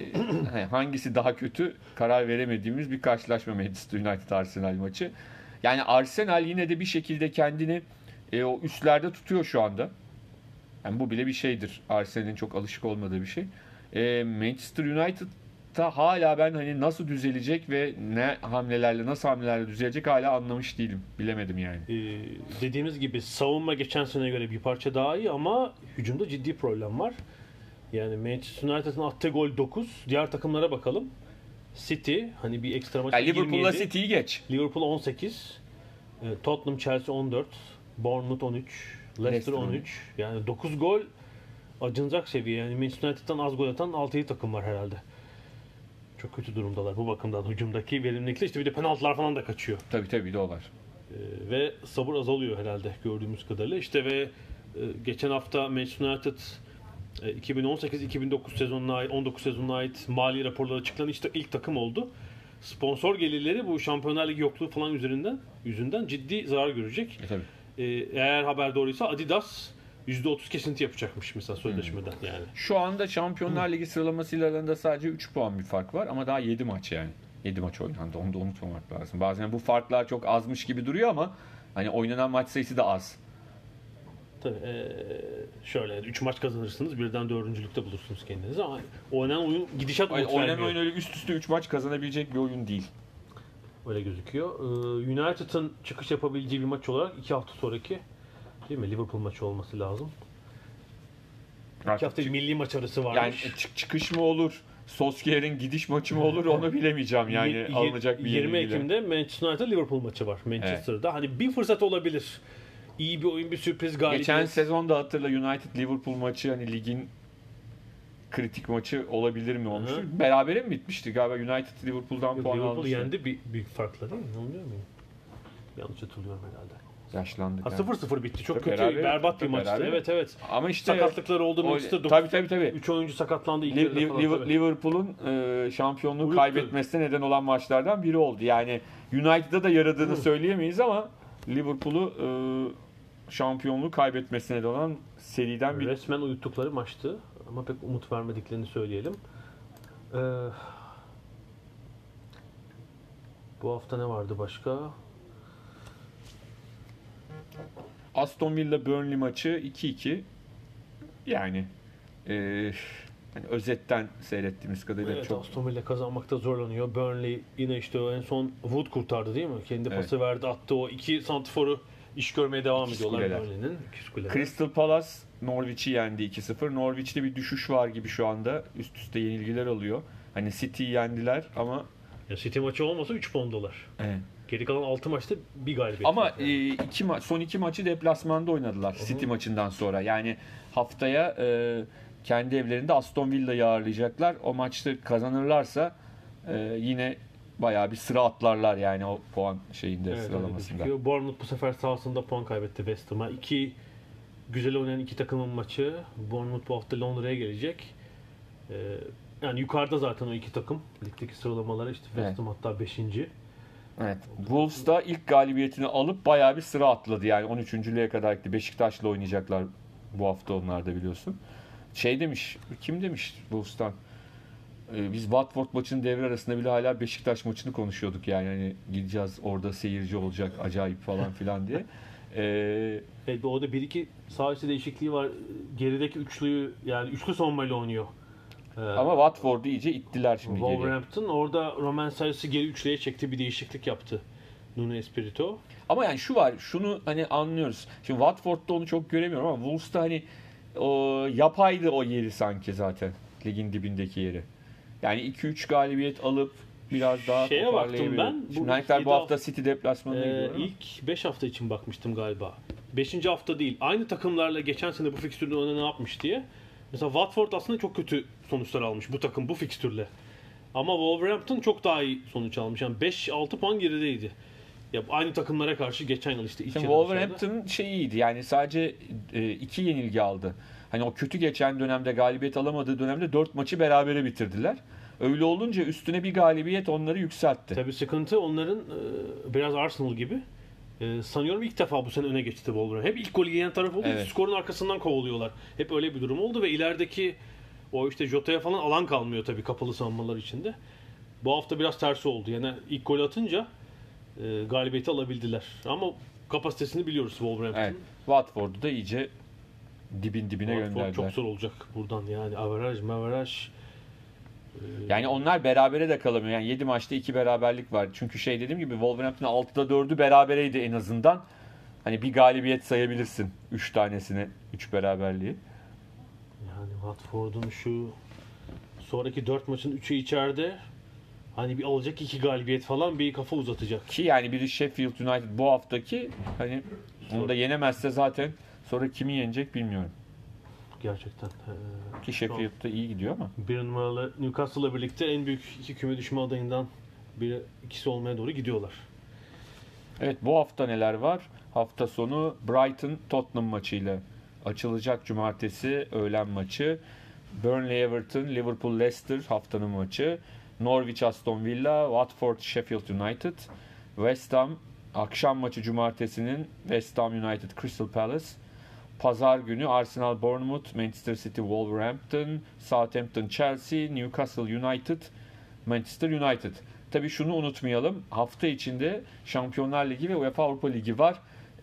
hangisi daha kötü karar veremediğimiz bir karşılaşma Manchester United Arsenal maçı. Yani Arsenal yine de bir şekilde kendini o üstlerde tutuyor şu anda. Yani bu bile bir şeydir. Arsenal'in çok alışık olmadığı bir şey. Manchester United'da hala ben hani nasıl düzelecek ve nasıl hamlelerle düzelecek hala anlamış değilim. Bilemedim yani. Dediğimiz gibi savunma geçen seneye göre bir parça daha iyi ama hücumda ciddi problem var. Yani Manchester United'ın attığı gol 9. Diğer takımlara bakalım. City hani bir ekstra maç Yani Liverpool'la 27. City'yi geç. Liverpool 18. Tottenham, Chelsea 14. Bournemouth 13. Leicester 13. Yani 9 gol acınacak seviye. Yani Manchester United'dan az gol atan 6-7 takım var herhalde. Çok kötü durumdalar bu bakımdan. Hücumdaki verimlilikle işte bir de penaltılar falan da kaçıyor. Tabii bir de o var. Ve sabır azalıyor herhalde gördüğümüz kadarıyla. İşte ve geçen hafta Manchester United 2018-2009 sezonuna ait 19 sezonuna ait mali raporları açıklanan işte ilk takım oldu. Sponsor gelirleri bu Şampiyonlar Ligi yokluğu falan yüzünden ciddi zarar görecek. Tabii. Eğer haber doğruysa Adidas %30 kesinti yapacakmış mesela sözleşmeden yani. Şu anda Şampiyonlar Ligi sıralamasıyla arasında sadece 3 puan bir fark var ama daha 7 maç yani. 7 maç oynandı. Onu da unutmamak lazım. Bazen bu farklar çok azmış gibi duruyor ama hani oynanan maç sayısı da az. Tabii şöyle 3 maç kazanırsınız birden 4. bulursunuz kendinizi ama oynanan oyun gidişat Oynanan oyun öyle üst üste 3 maç kazanabilecek bir oyun değil. Öyle gözüküyor. United'ın çıkış yapabileceği bir maç olarak 2 hafta sonraki değil mi? Liverpool maçı olması lazım. 2 hafta milli maç arası varmış. Yani çıkış mı olur? Solskjaer'in gidiş maçı mı olur? Onu bilemeyeceğim yani. Alınacak bir 20 Ekim'de Manchester United Liverpool maçı var Manchester'da. Evet. Hani bir fırsat olabilir. İyi bir oyun, bir sürpriz galibiyet. Geçen sezonda hatırla United Liverpool maçı hani ligin kritik maçı olabilir mi olmuştu? Hı. Berabere mi bitmişti galiba? United Liverpool'dan puan almıştı. Liverpool yendi büyük farkla değil mi? Anlıyor muyum? Yanlış hatırlıyorum herhalde. Yaşlandık. 0-0 bitti. Çok kötü, berbat bir maçtı. Evet. Ama işte sakatlıkları oldu Manchester. Tabii. 3 oyuncu sakatlandı. Liverpool'un şampiyonluğu kaybetmesine neden olan maçlardan biri oldu. Yani United'da da yaradığını söyleyemeyiz ama Liverpool'u şampiyonluğu kaybetmesine neden olan seriden bir... Resmen uyuttukları maçtı. Ama pek umut vermediklerini söyleyelim. Bu hafta ne vardı başka? Aston Villa Burnley maçı 2-2. Yani hani özetten seyrettiğimiz kadarıyla Evet, çok Aston Villa kazanmakta zorlanıyor. Burnley yine işte en son Wood kurtardı değil mi? Kendi pası verdi, attı, o iki santiforu iş görmeye devam ediyorlar Burnley'nin. Crystal Palace Norwich'i yendi 2-0. Norwich'te bir düşüş var gibi şu anda. Üst üste yenilgiler alıyor. Hani City'yi yendiler ama ya City maçı olmasa 3 puandalar. Evet. Geri kalan 6 maçta bir galibiyet. Ama son iki maçı deplasmanda oynadılar City maçından sonra. Yani haftaya kendi evlerinde Aston Villa'yı ağırlayacaklar. O maçta kazanırlarsa yine bayağı bir sıra atlarlar yani o puan şeyinde, sıralamasında. Bournemouth bu sefer sahasında puan kaybetti West Ham'a. Güzel oynayan iki takımın maçı. Bournemouth bu hafta Londra'ya gelecek. Yani yukarıda zaten o iki takım. Ligdeki sıralamaları işte West Ham hatta 5. Evet. Wolves da ilk galibiyetini alıp bayağı bir sıra atladı. Yani 13.lüğe kadar gitti. Beşiktaş'la oynayacaklar bu hafta, onlar da biliyorsun. Kim demiş Wolves'tan? Biz Watford maçının devre arasında bile hala Beşiktaş maçını konuşuyorduk yani. Hani gideceğiz, orada seyirci olacak acayip falan filan diye. Evet, orada 1-2 sağ içi değişikliği var. Gerideki üçlüyü, yani üçlü savunmayla oynuyor. Ama Watford'u iyice ittiler şimdi geriye. Wolverhampton orada Roman Saris'i geri üçlüye çekti, bir değişiklik yaptı Nuno Espirito. Ama yani şu var, şunu hani anlıyoruz. Şimdi Watford'da onu çok göremiyorum ama Wolves'ta hani o yapaydı o yeri sanki zaten. Ligin dibindeki yeri. Yani 2-3 galibiyet alıp biraz daha toparlayabilir. Ben. Şimdi bu hafta City deplasmanına gidiyor. İlk 5 hafta için bakmıştım galiba. 5. hafta değil. Aynı takımlarla geçen sene bu fikstürde ona ne yapmış diye. Mesela Watford aslında çok kötü sonuçlar almış bu takım bu fikstürle. Ama Wolverhampton çok daha iyi sonuç almış. Yani 5-6 puan gerideydi. Ya aynı takımlara karşı geçen yıl işte. Wolverhampton iyiydi. Yani sadece 2 yenilgi aldı. Hani o kötü geçen dönemde, galibiyet alamadığı dönemde 4 maçı berabere bitirdiler. Öyle olunca üstüne bir galibiyet onları yükseltti. Tabii sıkıntı onların biraz Arsenal gibi. Sanıyorum ilk defa bu sene öne geçti Wolverhampton. Hep ilk golü yiyen taraf oldu. Evet. Skorun arkasından kovalıyorlar. Hep öyle bir durum oldu ve ilerideki o işte Jota'ya falan alan kalmıyor tabii kapalı savunmalar içinde. Bu hafta biraz tersi oldu. Yani ilk golü atınca galibiyeti alabildiler. Ama kapasitesini biliyoruz Wolverhampton. Evet. Watford'u da iyice dibine gönderdiler. Çok zor olacak buradan yani averaj. Yani onlar berabere de kalamıyor. Yani 7 maçta 2 beraberlik var. Çünkü dediğim gibi Wolverhampton 6'da 4'ü berabereydi en azından. Hani bir galibiyet sayabilirsin 3 tanesini, 3 beraberliği. Yani Watford'un şu sonraki 4 maçın 3'ü içeride. Hani bir alacak 2 galibiyet falan, bir kafa uzatacak. Ki yani biri Sheffield United bu haftaki, hani onu da yenemezse zaten sonra kimi yenecek bilmiyorum. Gerçekten. Ki Sheffield'da iyi gidiyor ama. Bir numaralı Newcastle'la birlikte en büyük iki küme düşme adayından ikisi olmaya doğru gidiyorlar. Evet, bu hafta neler var? Hafta sonu Brighton Tottenham maçıyla açılacak, cumartesi öğlen maçı. Burnley Everton, Liverpool Leicester haftanın maçı. Norwich Aston Villa, Watford Sheffield United. West Ham akşam maçı cumartesinin, West Ham United Crystal Palace. Pazar günü Arsenal Bournemouth, Manchester City Wolverhampton, Southampton Chelsea, Newcastle United, Manchester United. Tabii şunu unutmayalım. Hafta içinde Şampiyonlar Ligi ve UEFA Avrupa Ligi var.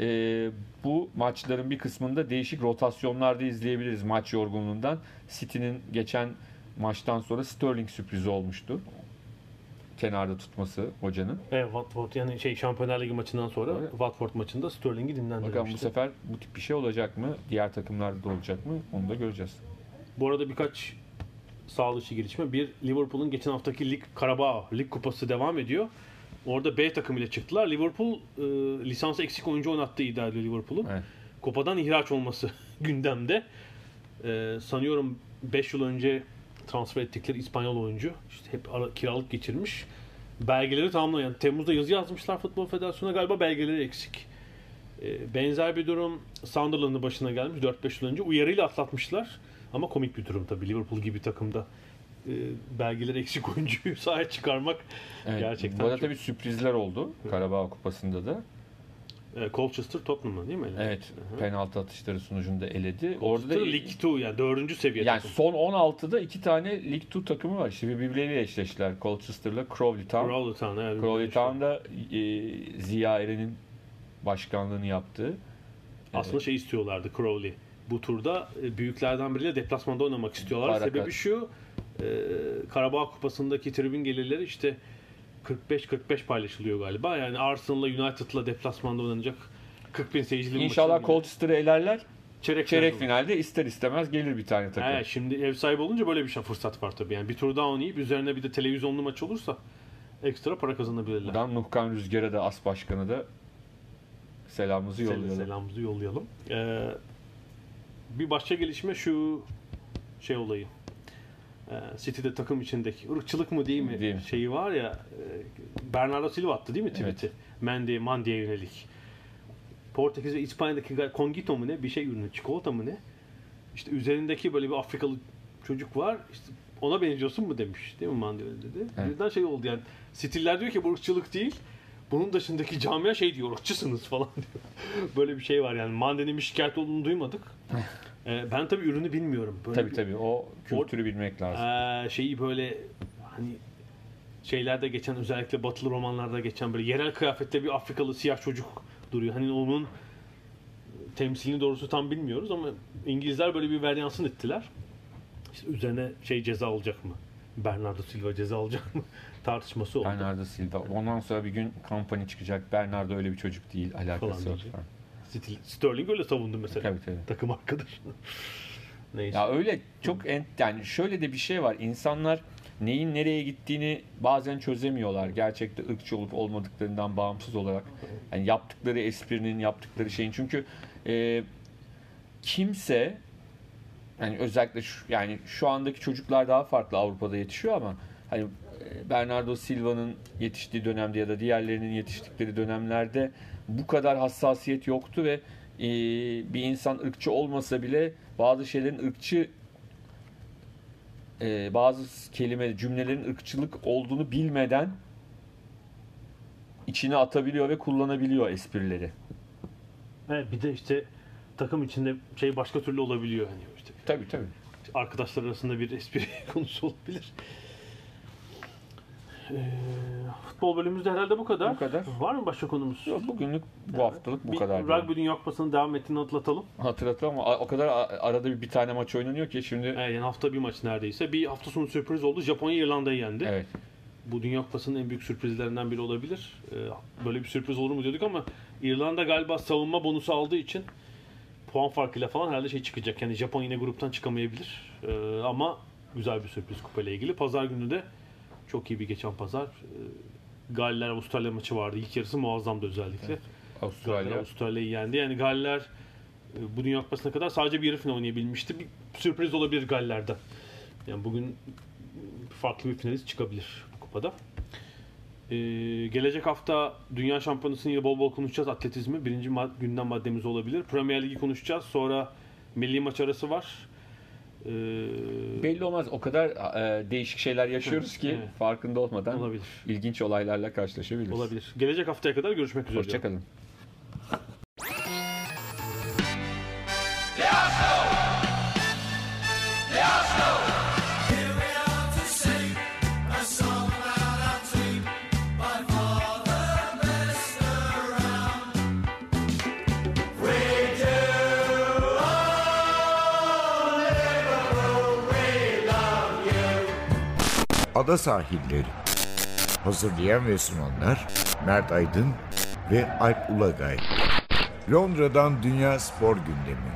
Bu maçların bir kısmında değişik rotasyonlarda izleyebiliriz maç yorgunluğundan. City'nin geçen maçtan sonra Sterling sürprizi olmuştu. Kenarda tutması hocanın. Evet, Watford yani Şampiyonlar Ligi maçından sonra Watford maçında Sterling'i dinlendirmişti. Bakalım bu sefer bu tip bir şey olacak mı? Diğer takımlarda da olacak mı? Onu da göreceğiz. Bu arada birkaç sağ dışı gelişme. Bir, Liverpool'un geçen haftaki Karabağ Lig Kupası devam ediyor. Orada B takımıyla çıktılar. Liverpool lisansı eksik oyuncu oynattığı iddia ediyor Liverpool'un. Evet. Kupadan ihraç olması gündemde. Sanıyorum 5 yıl önce transfer ettikleri İspanyol oyuncu işte hep kiralık geçirmiş. Belgeleri tamamlayan. Yani Temmuz'da yazı yazmışlar Futbol Federasyonu'na, galiba belgeleri eksik. Benzer bir durum Sunderland'ın başına gelmiş 4-5 yıl önce. Uyarıyla atlatmışlar. Ama komik bir durum tabii. Liverpool gibi takımda belgeleri eksik oyuncuyu sahaya çıkarmak gerçekten bu arada tabii sürprizler oldu Karabağ Kupası'nda da. Colchester Tottenham'la değil mi? Evet. Penaltı atışları sonucunda eledi. Orada da Lig 2 yani 4. seviye yani takım. Son 16'da 2 tane Lig 2 takımı var. İşte birbirleriyle eşleştiler. Colchester'la Crawley Town. Crawley Town'da Ziya Eren'in başkanlığını yaptığı Aslında şey istiyorlardı Crowley. Bu turda büyüklerden biriyle deplasmanda oynamak istiyorlar. Sebebi şu, Karabağ Kupası'ndaki tribün gelirleri işte 45-45 paylaşılıyor galiba. Yani Arsenal'la United'la deplasmanda oynanacak 40.000 seyircili bir İnşallah Colchester'ı elerler. Çeyrek Finalde ister istemez gelir bir tane takım. Şimdi ev sahibi olunca böyle bir fırsat var tabii. Yani bir tur daha oynayıp üzerine bir de televizyonlu maç olursa ekstra para kazanabilirler. Buradan Nuhkan Rüzgar'a da As Başkan'a da selamımızı yollayalım. Bir başka gelişme şu şey olayı. City'de takım içindeki ırkçılık mı değil mi şeyi var ya, Bernardo Silva attı değil mi tweet'i? Evet. Mandy'ye yönelik. Portekiz ve İspanya'daki Congito mu ne bir şey ürünü, çikolata mı ne? İşte üzerindeki böyle bir Afrikalı çocuk var. İşte ona benziyorsun mu demiş. Değil mi Mandy öyle dedi. Evet. Birden şey oldu yani. Stiller diyor ki bu ırkçılık değil. Bunun dışındaki camia şey diyor, ırkçısınız falan diyor. Böyle bir şey var yani. Mandy'nin bir şikayet olduğunu duymadık. Ben tabii ürünü bilmiyorum. Böyle tabii o kültürü bilmek lazım. Şeyi böyle hani şeylerde geçen, özellikle batılı romanlarda geçen böyle yerel kıyafette bir Afrikalı siyah çocuk duruyor. Hani onun temsilini doğrusu tam bilmiyoruz ama İngilizler böyle bir varyansın ettiler. İşte üzerine şey ceza alacak mı? Bernardo Silva ceza alacak mı? Tartışması oldu. Bernardo Silva. Ondan sonra bir gün kampanya çıkacak. Bernardo öyle bir çocuk değil. Alakası yok. Sterling öyle savundu mesela. Tabii. Takım arkadaşı. Neyse. Ya öyle çok yani şöyle de bir şey var. İnsanlar neyin nereye gittiğini bazen çözemiyorlar. Gerçekte ırkçı olup olmadıklarından bağımsız olarak. Yani yaptıkları esprinin, yaptıkları şeyin. Çünkü kimse yani özellikle şu andaki çocuklar daha farklı Avrupa'da yetişiyor ama hani Bernardo Silva'nın yetiştiği dönemde ya da diğerlerinin yetiştikleri dönemlerde bu kadar hassasiyet yoktu ve bir insan ırkçı olmasa bile bazı şeylerin ırkçı bazı cümlelerin ırkçılık olduğunu bilmeden içine atabiliyor ve kullanabiliyor esprileri. Evet, bir de işte takım içinde şey başka türlü olabiliyor hani işte. Tabii. Arkadaşlar arasında bir espri konusu olabilir. Futbol bölümümüzde herhalde bu kadar. Var mı başka konumuz? Yok, bugünlük bu haftalık bu kadar. Rugby Dünya Kupası'nın devam ettiğini hatırlatalım. Ama o kadar arada bir tane maç oynanıyor ki şimdi. Yani hafta bir maç neredeyse. Bir hafta sonu sürpriz oldu. Japonya İrlanda'yı yendi. Evet. Bu Dünya Kupası'nın en büyük sürprizlerinden biri olabilir. Böyle bir sürpriz olur mu diyorduk ama İrlanda galiba savunma bonusu aldığı için puan farkıyla falan herhalde şey çıkacak. Yani Japonya yine gruptan çıkamayabilir. Ama güzel bir sürpriz kupayla ilgili. Pazar günü de çok iyi bir geçen pazar. Galler Avustralya maçı vardı. İlk yarısı muazzamdı özellikle. Evet. Avustralya'yı yendi. Yani Galler bu Dünya Kupası'na kadar sadece bir yarı final oynayabilmişti. Bir sürpriz olabilir Galler'den. Yani bugün farklı bir finalist çıkabilir bu kupada. Gelecek hafta Dünya Şampiyonası'nı yine bol bol konuşacağız. Atletizmi birinci gündem maddemiz olabilir. Premier Ligi konuşacağız. Sonra milli maç arası var. Belli olmaz. O kadar değişik şeyler yaşıyoruz ki farkında olmadan olabilir. İlginç olaylarla karşılaşabiliriz. Olabilir. Gelecek haftaya kadar görüşmek üzere. Hoşçakalın. Ada Sahilleri. Hazırlayan ve sunanlar Mert Aydın ve Alp Ulagay. Londra'dan Dünya Spor Gündemi.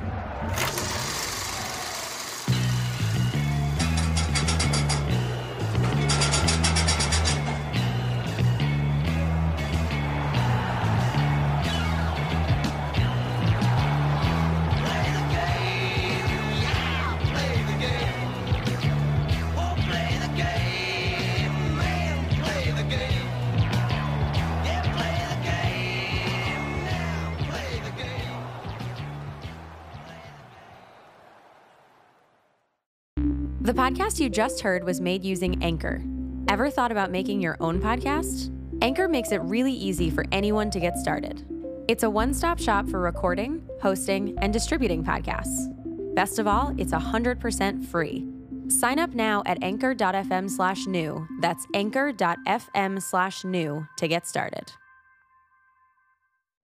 The podcast you just heard was made using Anchor. Ever thought about making your own podcast? Anchor makes it really easy for anyone to get started. It's a one-stop shop for recording, hosting, and distributing podcasts. Best of all, it's 100% free. Sign up now at anchor.fm/new. That's anchor.fm/new to get started.